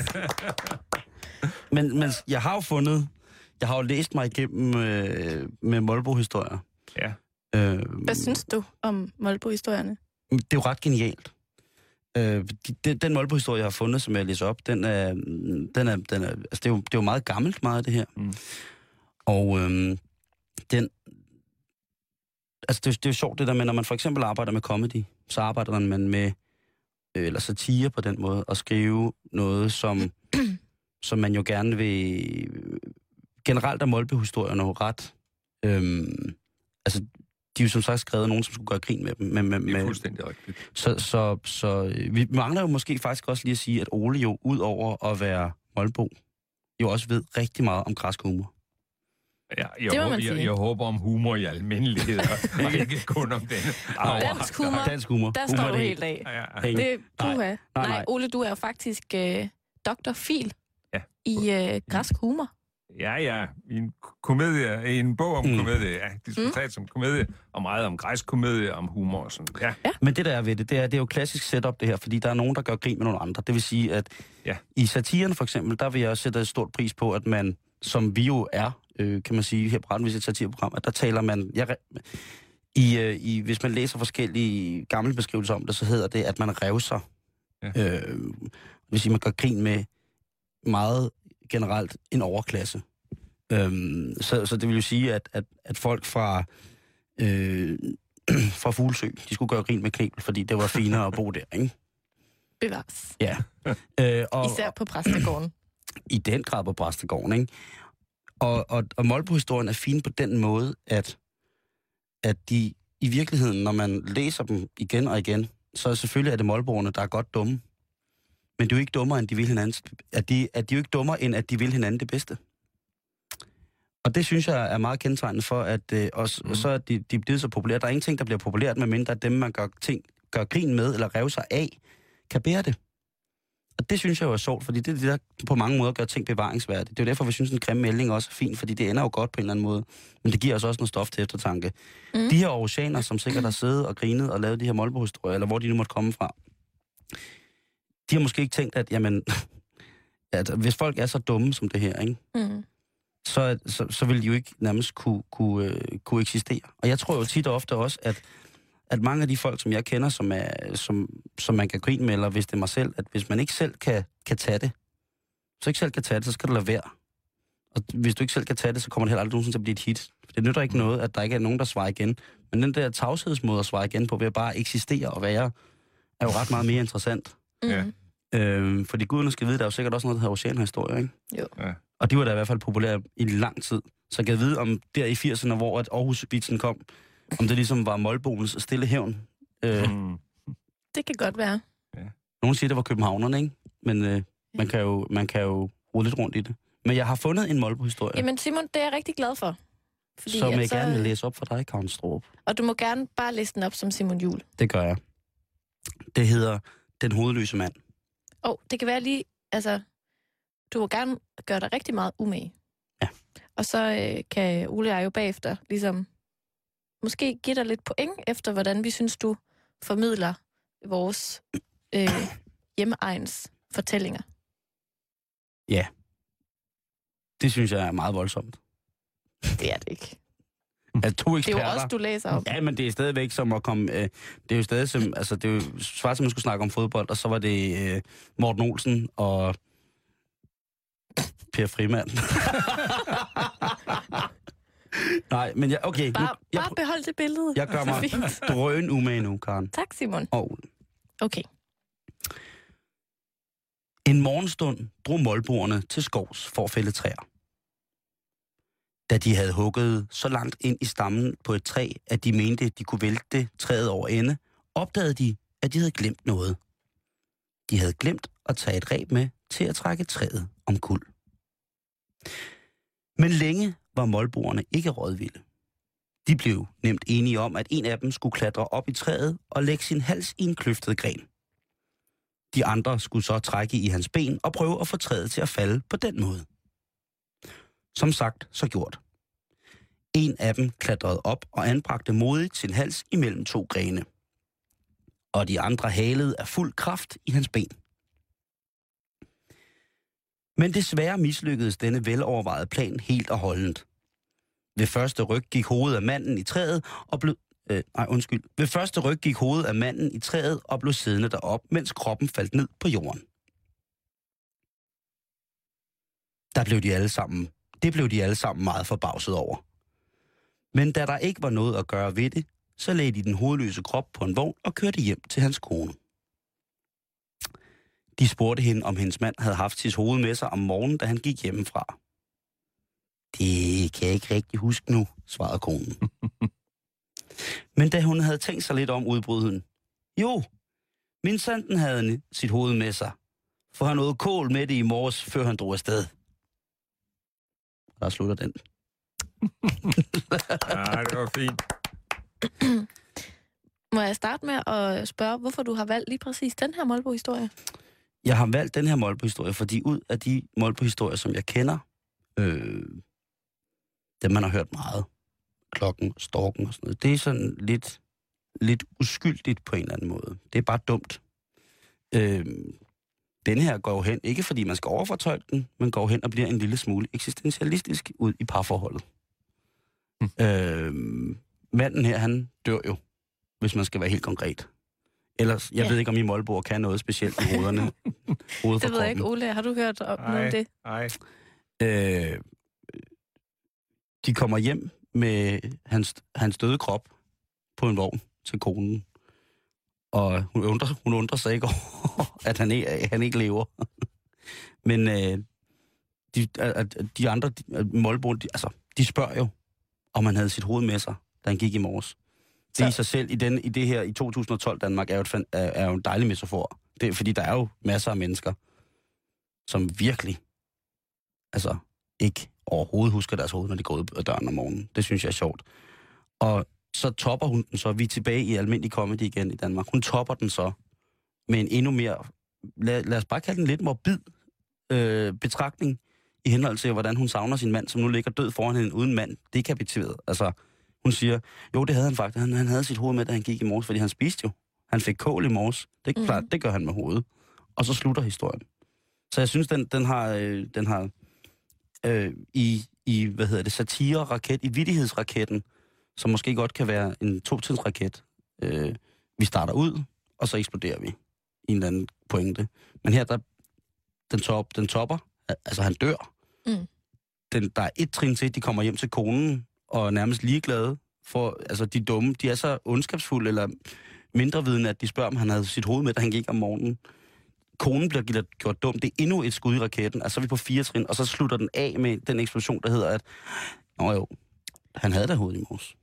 men jeg har jo læst mig igennem med Molbo-historier. Ja. Hvad synes du om Molbo-historierne? Det er jo ret genialt. Den Molbo-historie, jeg har fundet, som jeg læser op, den er altså det er jo meget gammelt, meget af det her. Og altså det er jo sjovt det der med, når man for eksempel arbejder med comedy, så arbejder man med, eller satire på den måde, og skrive noget, som man jo gerne vil... Generelt er Molbo-historierne jo ret... altså, de er jo som sagt skrevet nogen, som skulle gøre grin med dem. Det er fuldstændig rigtigt. Så vi mangler jo måske faktisk også lige at sige, at Ole jo, ud over at være Molbo, jo også ved rigtig meget om græsk humor. Ja, jeg håber om humor i almindelighed, og ikke kun om den. Dansk humor, der står du helt af. Ja. Nej, Ole, du er jo faktisk Dr. Fil i græsk humor. Ja, i en komedie, i en bog om komedie, disputat som komedie, og meget om græsk komedie, om humor og sådan. Ja. Men det der er ved det er jo klassisk setup det her, fordi der er nogen, der gør grin med nogle andre. Det vil sige, at i satiren for eksempel, der vil jeg sætte et stort pris på, at man, som vi jo er, kan man sige, her på Randvis et satireprogram, at der taler man... hvis man læser forskellige gamle beskrivelser om det, så hedder det, at man revser. Ja. Det vil sige, at man gør grin med meget generelt en overklasse. Så det vil jo sige, at folk fra Fuglsø, de skulle gøre grin med Knebel, fordi det var finere at bo der, ikke? Bevares. Ja. Især på præstegården. I den grad på præstegården, ikke? Og Molbohistorien er fin på den måde, at de i virkeligheden, når man læser dem igen og igen, så selvfølgelig er det molboerne, der er godt dumme. Men det er jo ikke dummere, end de vil hinanden. De er jo ikke dummere, end at de vil hinanden det bedste. Og det synes jeg er meget kendetegnende for, at så er de blevet så populære. Der er ingenting, der bliver populært, medmindre dem, man gør grin med eller rev sig af, kan bære det. Og det synes jeg jo er sjovt, fordi det er det, der på mange måder gør ting bevaringsværdigt. Det er jo derfor, vi synes, en grim melding også er fint, fordi det ender jo godt på en eller anden måde. Men det giver os også noget stof til eftertanke. De her aarhusianer, som sikkert har siddet og grinet og lavet de her Molbo-historier, eller hvor de nu måtte komme fra, de har måske ikke tænkt, at jamen, at hvis folk er så dumme som det her, ikke? Så vil de jo ikke nærmest kunne eksistere. Og jeg tror jo tit og ofte også, at mange af de folk, som jeg kender, som man kan grine med, eller hvis det er mig selv, at hvis man ikke selv kan tage det, så skal du lade være. Og hvis du ikke selv kan tage det, så kommer det heller aldrig nogensinde til at blive et hit. Det nytter ikke noget, at der ikke er nogen, der svarer igen. Men den der tavshedsmåde at svare igen på, ved at bare eksistere og være, er jo ret meget mere interessant. Ja. Fordi guderne skal vide, der er jo sikkert også noget, der hedder oceanhistorier, ikke? Jo. Ja. Og de var da i hvert fald populære i lang tid. Så jeg kan vide, om der i 80'erne, hvor at Aarhus-vitsen kom, om det ligesom var Molboens stille hævn. Det kan godt være. Ja. Nogen siger, det var københavnerne, ikke? Men man kan jo rode lidt rundt i det. Men jeg har fundet en Molbo-historie. Jamen Simon, det er jeg rigtig glad for. Fordi som jeg gerne vil læse op for dig, Karen Straarup. Og du må gerne bare læse den op som Simon Juhl. Det gør jeg. Det hedder Den hovedløse mand. Det kan være lige, altså, du må gerne gøre dig rigtig meget umage. Ja. Og så kan Ole og jeg jo bagefter ligesom måske give dig lidt point efter, hvordan vi synes, du formidler vores hjemmeegns fortællinger. Ja. Det synes jeg er meget voldsomt. Det er det ikke. Altså, to eksperter. Det er jo også, du læser op. Ja, men det er stadigvæk som at komme... det er jo stadig som... Altså, det er jo svært, som man skulle snakke om fodbold, og så var det Morten Olsen og Per Frimand. Nej, men okay. Bare behold det billede. Jeg gør mig drøn umage nu, Karen. Tak, Simon. Okay. En morgenstund drog molboerne til skovs for at fælde træer. Da de havde hugget så langt ind i stammen på et træ, at de mente, de kunne vælte træet over ende, opdagede de, at de havde glemt noget. De havde glemt at tage et reb med til at trække træet omkuld. Men længe var molboerne ikke rådvilde. De blev nemt enige om, at en af dem skulle klatre op i træet og lægge sin hals i en kløftet gren. De andre skulle så trække i hans ben og prøve at få træet til at falde på den måde. Som sagt, så gjort. En af dem klatrede op og anbragte modigt sin hals imellem to grene. Og de andre halede af fuld kraft i hans ben. Men desværre mislykkedes denne velovervejede plan helt og holdent. Ved første ryg gik hovedet af manden i træet og blev... Ved første ryg gik hovedet af manden i træet og blev siddende derop, mens kroppen faldt ned på jorden. Det blev de alle sammen meget forbavset over. Men da der ikke var noget at gøre ved det, så lagde de den hovedløse krop på en vogn og kørte hjem til hans kone. De spurgte hende, om hendes mand havde haft sit hoved med sig om morgenen, da han gik hjemmefra. Det kan jeg ikke rigtig huske nu, svarede konen. Men da hun havde tænkt sig lidt om, udbrød hun. Jo, min sanden havde sit hoved med sig, for han nåede kål med det i morges, før han drog afsted. Der slutter den. Ja, det var fint. Må jeg starte med at spørge, hvorfor du har valgt lige præcis den her Molbo-historie? Jeg har valgt den her Molbo-historie, fordi ud af de Molbo-historier, som jeg kender, dem man har hørt meget, klokken, storken og sådan noget, det er sådan lidt uskyldigt på en eller anden måde. Det er bare dumt. Den her går jo hen, ikke fordi man skal overfortolke den, men går hen og bliver en lille smule eksistentialistisk ud i parforholdet. Manden her, han dør jo, hvis man skal være helt konkret. Ellers, jeg ved ikke, om I Molboer kan noget specielt med hovederne. Det ved jeg ikke, Ole. Har du hørt noget om det? Nej. de kommer hjem med hans døde krop på en vogn til konen. Og hun undrer sig ikke over, at han ikke lever. Men de andre målbrug, de spørger jo, om han havde sit hoved med sig, da han gik i morges. Det i sig selv, i det her, i 2012 Danmark, er jo en dejlig metafor. Det er, fordi der er jo masser af mennesker, som virkelig, ikke overhovedet husker deres hoved, når de går ud af døren om morgenen. Det synes jeg er sjovt. Og så topper hun den så. Vi er tilbage i almindelig comedy igen i Danmark. Hun topper den så med en endnu mere, lad os bare kalde den lidt morbid betragtning i henhold til, hvordan hun savner sin mand, som nu ligger død foran hende uden mand, dekapiteret. Hun siger, jo, det havde han faktisk. Han havde sit hoved med, da han gik i morges, fordi han spiste jo. Han fik kål i morges. Det er klart, det gør han med hovedet. Og så slutter historien. Så jeg synes, den har satire-raket, i vittighedsraketten, som måske godt kan være en totidsraket. Vi starter ud, og så eksploderer vi i en eller anden pointe. Men her, den topper, han dør. Der er et trin til, de kommer hjem til konen, og er nærmest ligeglade for, de dumme, de er så ondskabsfulde, eller mindrevidende, at de spørger, om han havde sit hoved med, da han gik om morgenen. Konen bliver gjort dum. Det er endnu et skud i raketten. Så er vi på 4 trin, og så slutter den af med den eksplosion, der hedder, at han havde da hovedet i morges.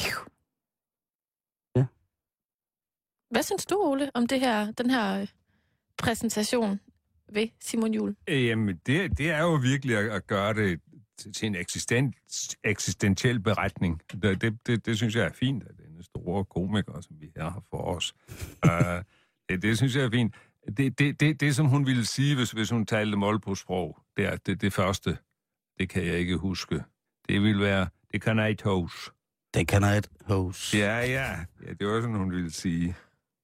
Ja. Hvad synes du, Ole, om den her præsentation ved Simon Juhl? Jamen, det er jo virkelig at gøre det til en eksistentiel beretning. Det synes jeg er fint, at denne store komiker, som vi her har for os. Det synes jeg er fint. Det som hun ville sige, hvis hun talte målbrugsprog, det første, det kan jeg ikke huske. Det ville være, det kan jeg ikke hos. Det kan jeg ikke hos. Ja, det var sådan, hun ville sige.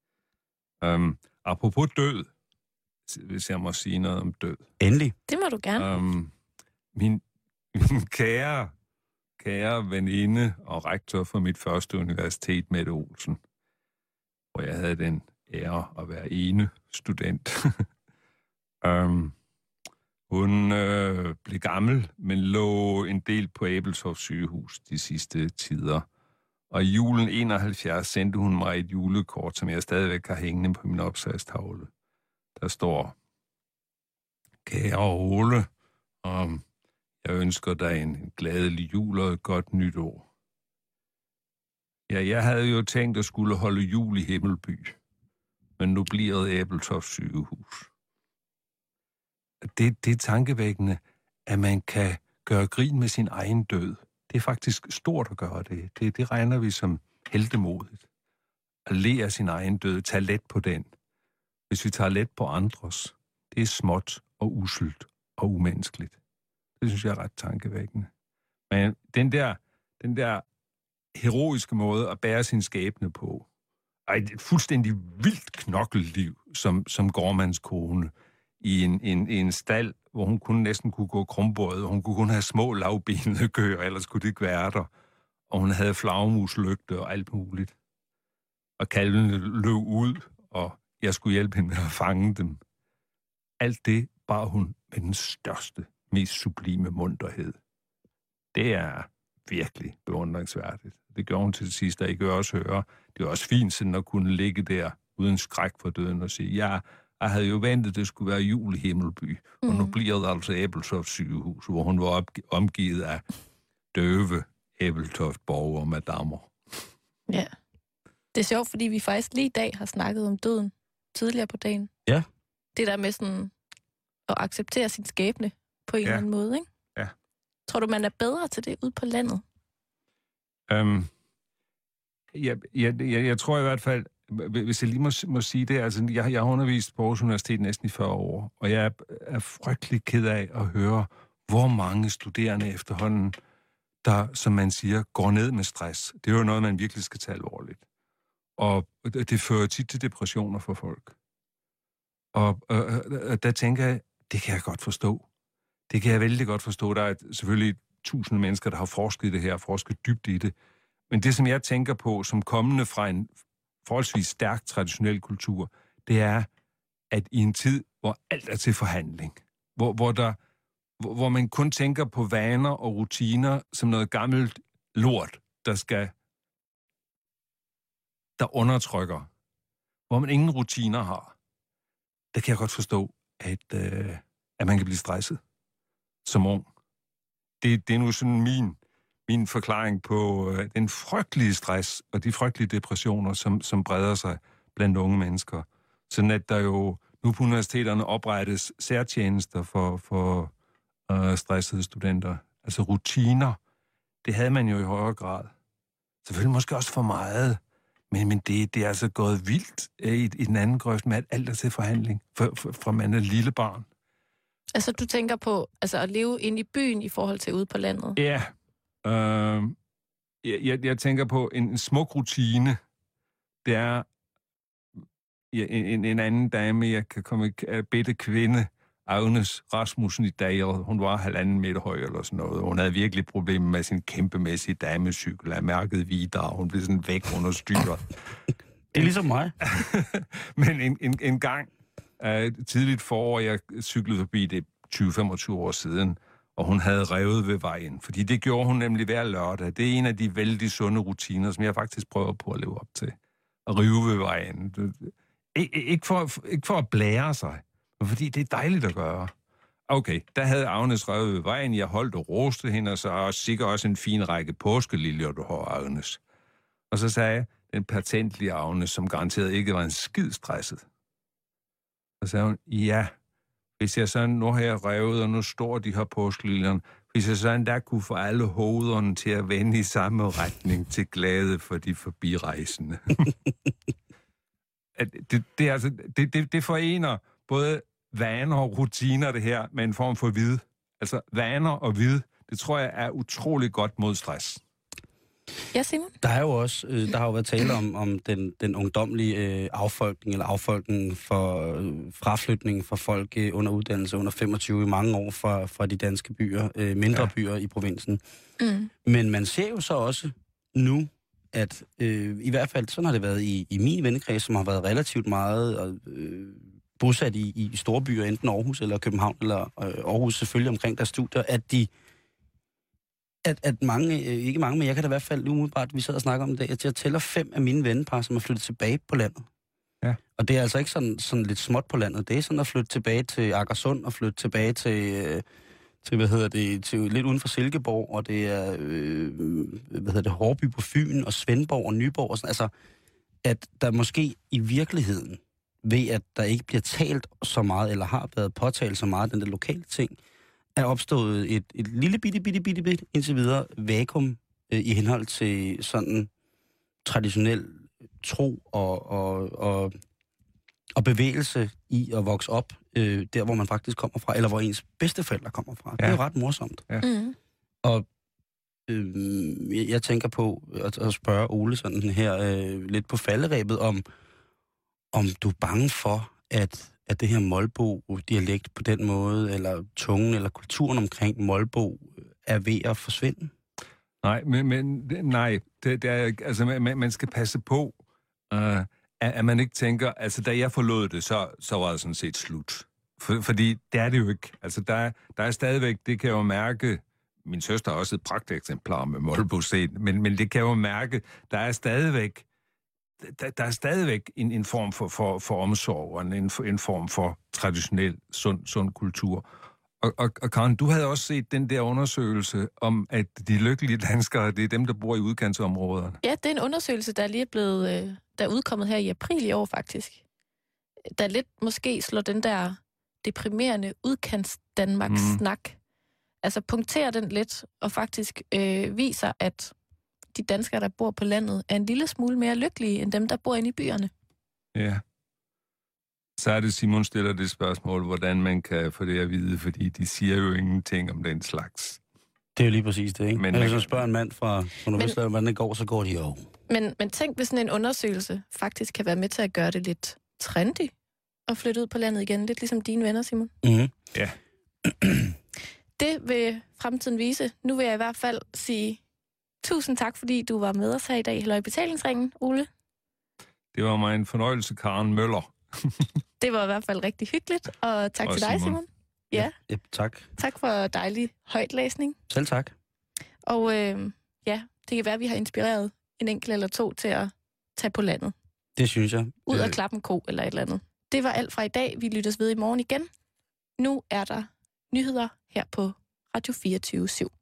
Apropos død, hvis jeg må sige noget om død. Endelig. Det må du gerne. Min kære veninde og rektor for mit første universitet, Mette Olsen, hvor jeg havde den ære at være ene student. Hun blev gammel, men lå en del på Ebeltoft sygehus de sidste tider. Og i julen 71 sendte hun mig et julekort, som jeg stadigvæk har hængende på min opslagstavle. Der står, kære Ole, jeg ønsker dig en glædelig jul og et godt nytår. Ja, jeg havde jo tænkt at skulle holde jul i Himmelby, men nu bliver det Ebeltoft sygehus. Det er tankevækkende, at man kan gøre grin med sin egen død. Det er faktisk stort at gøre det. Det regner vi som heltemodigt. At le af sin egen død, tage let på den. Hvis vi tager let på andres, det er småt og uselt og umenneskeligt. Det synes jeg er ret tankevækkende. Men den der heroiske måde at bære sin skæbne på, er et fuldstændig vildt knokkelliv, som gårdmands kone, i en stald, hvor hun næsten kunne gå krumbøjet, og hun kunne kun have små lavbenede køer, ellers kunne det ikke være der. Og hun havde flagmuslygte og alt muligt. Og kalvene løb ud, og jeg skulle hjælpe hende med at fange dem. Alt det bar hun med den største, mest sublime munterhed. Det er virkelig beundringsværdigt. Det gjorde hun til sidst, og I kan også høre. Det er også fint sådan at kunne ligge der uden skræk for døden og sige, ja, jeg havde jo ventet, det skulle være jul i Himmelby, og nu bliver det altså Ebeltoft sygehus, hvor hun var omgivet af døve Ebeltoft-borgere og madammer. Ja. Det er sjovt, fordi vi faktisk lige i dag har snakket om døden tidligere på dagen. Ja. Det der med sådan at acceptere sin skæbne på en eller anden måde, ikke? Ja. Tror du, man er bedre til det ude på landet? Jeg tror i hvert fald, hvis jeg lige må sige det, altså jeg har undervist på Aarhus Universitet næsten i 40 år, og jeg er frygtelig ked af at høre, hvor mange studerende efterhånden, der, som man siger, går ned med stress. Det er jo noget, man virkelig skal tage alvorligt. Og det fører tit til depressioner for folk. Og der tænker jeg, det kan jeg godt forstå. Det kan jeg vældig godt forstå. Der er selvfølgelig 1000 mennesker, der har forsket i det her, forsket dybt i det. Men det, som jeg tænker på, som kommende fra en forholdsvis stærk traditionel kultur, det er, at i en tid, hvor alt er til forhandling, hvor der hvor man kun tænker på vaner og rutiner som noget gammelt lort, der undertrykker. Hvor man ingen rutiner har. Der kan jeg godt forstå, at man kan blive stresset som ung. Det er nu sådan min forklaring på den frygtelige stress og de frygtelige depressioner, som breder sig blandt unge mennesker. Sådan at der jo nu på universiteterne oprettes særtjenester for stressede studenter. Altså rutiner, det havde man jo i højere grad. Selvfølgelig måske også for meget, men det er altså gået vildt i den anden grøft med, at alt er til forhandling, fra man er lille barn. Altså, du tænker på at leve inde i byen i forhold til ude på landet? Ja. Jeg tænker på en smuk rutine. Det er en anden dame, jeg kan komme i bedte kvinde, Agnes Rasmussen i dag, hun var 1,5 meter høj eller sådan noget. Hun havde virkelig problemer med sin kæmpemæssige damecykel af mærket Vidar. Hun blev sådan væk under styret. Det er ligesom mig. Men en gang tidligt forår, jeg cyklede forbi det 20-25 år siden, og hun havde revet ved vejen. Fordi det gjorde hun nemlig hver lørdag. Det er en af de vældig sunde rutiner, som jeg faktisk prøver på at leve op til. At rive ved vejen. Ikke for at blære sig, men fordi det er dejligt at gøre. Okay, der havde Agnes revet ved vejen. Jeg holdt og roste hende, og så sikkert også en fin række påskeliljer, du har, Agnes. Og så sagde jeg, den patentlige Agnes, som garanteret ikke var en skid stresset. Og så sagde hun, ja, hvis jeg sådan, nu har jeg revet, og nu står de her påskelillerne, hvis jeg sådan der kunne få alle hovederne til at vende i samme retning til glæde for de forbirejsende. Det forener både vaner og rutiner, det her, med en form for vid. Altså vaner og vid, det tror jeg er utrolig godt mod stress. Ja, Simon? Der har jo været tale om den ungdomlige affolkning, eller affolkning for fraflytning for folk under uddannelse under 25 i mange år fra de danske byer, mindre byer i provinsen. Mm. Men man ser jo så også nu, at i hvert fald sådan har det været i min vennekreds, som har været relativt meget bosat i store byer, enten Aarhus eller København, eller Aarhus selvfølgelig omkring deres studier, at mange, ikke mange, men jeg kan da i hvert fald umiddelbart, vi sidder og snakker om det, at jeg tæller 5 af mine vennepar, som er flyttet tilbage på landet. Ja. Og det er altså ikke sådan lidt småt på landet. Det er sådan at flytte tilbage til Akersund, og flytte tilbage til lidt uden for Silkeborg, og det er Hårby på Fyn, og Svendborg og Nyborg, og sådan. Altså, at der måske i virkeligheden, ved at der ikke bliver talt så meget, eller har været påtalt så meget, den der lokale ting, er opstået et lille bitte indtil videre vakuum i henhold til sådan traditionel tro og bevægelse i at vokse op der, hvor man faktisk kommer fra, eller hvor ens bedsteforældre kommer fra. Ja. Det er jo ret morsomt. Ja. Mm. Og jeg tænker på at spørge Ole sådan her lidt på falderebet, om du er bange for, at det her Molbo-dialekt på den måde, eller tungen, eller kulturen omkring Molbo, er ved at forsvinde? Nej, nej. Det er, altså, man skal passe på, at man ikke tænker, altså da jeg forlod det, så var det sådan set slut. Fordi det er det jo ikke. Altså der er stadigvæk, det kan jeg jo mærke, min søster har også et pragteksemplar med Molbo-scenen, men det kan jeg jo mærke, der er stadigvæk en form for omsorg, og en form for traditionel, sund kultur. Og Karen, du havde også set den der undersøgelse om, at de lykkelige danskere, det er dem, der bor i udkantsområderne. Ja, det er en undersøgelse, der er lige blevet, der er udkommet her i april i år, faktisk. Der lidt måske slår den der deprimerende udkants-Danmark-snak. Altså punkterer den lidt, og faktisk viser, at de danskere, der bor på landet, er en lille smule mere lykkelige, end dem, der bor inde i byerne. Ja. Så er det, Simon stiller det spørgsmål, hvordan man kan få det at vide, fordi de siger jo ingenting om den slags. Det er jo lige præcis det, ikke? Men hvis man spørger en mand fra Nordvestland, hvordan det går, så går de jo. Men tænk, hvis sådan en undersøgelse faktisk kan være med til at gøre det lidt trendy at flytte ud på landet igen, lidt ligesom dine venner, Simon. Mm-hmm. Ja. Det vil fremtiden vise. Nu vil jeg i hvert fald sige tusind tak, fordi du var med os her i dag. Halløj i betalingsringen, Ole. Det var mig en fornøjelse, Karen Møller. Det var i hvert fald rigtig hyggeligt, og tak til dig, Simon. Ja. Ja, tak. Tak for dejlig højtlæsning. Selv tak. Og ja, det kan være, at vi har inspireret en enkelt eller to til at tage på landet. Det synes jeg. Ud og klappe en ko eller et eller andet. Det var alt fra i dag. Vi lyttes ved i morgen igen. Nu er der nyheder her på Radio 24/7.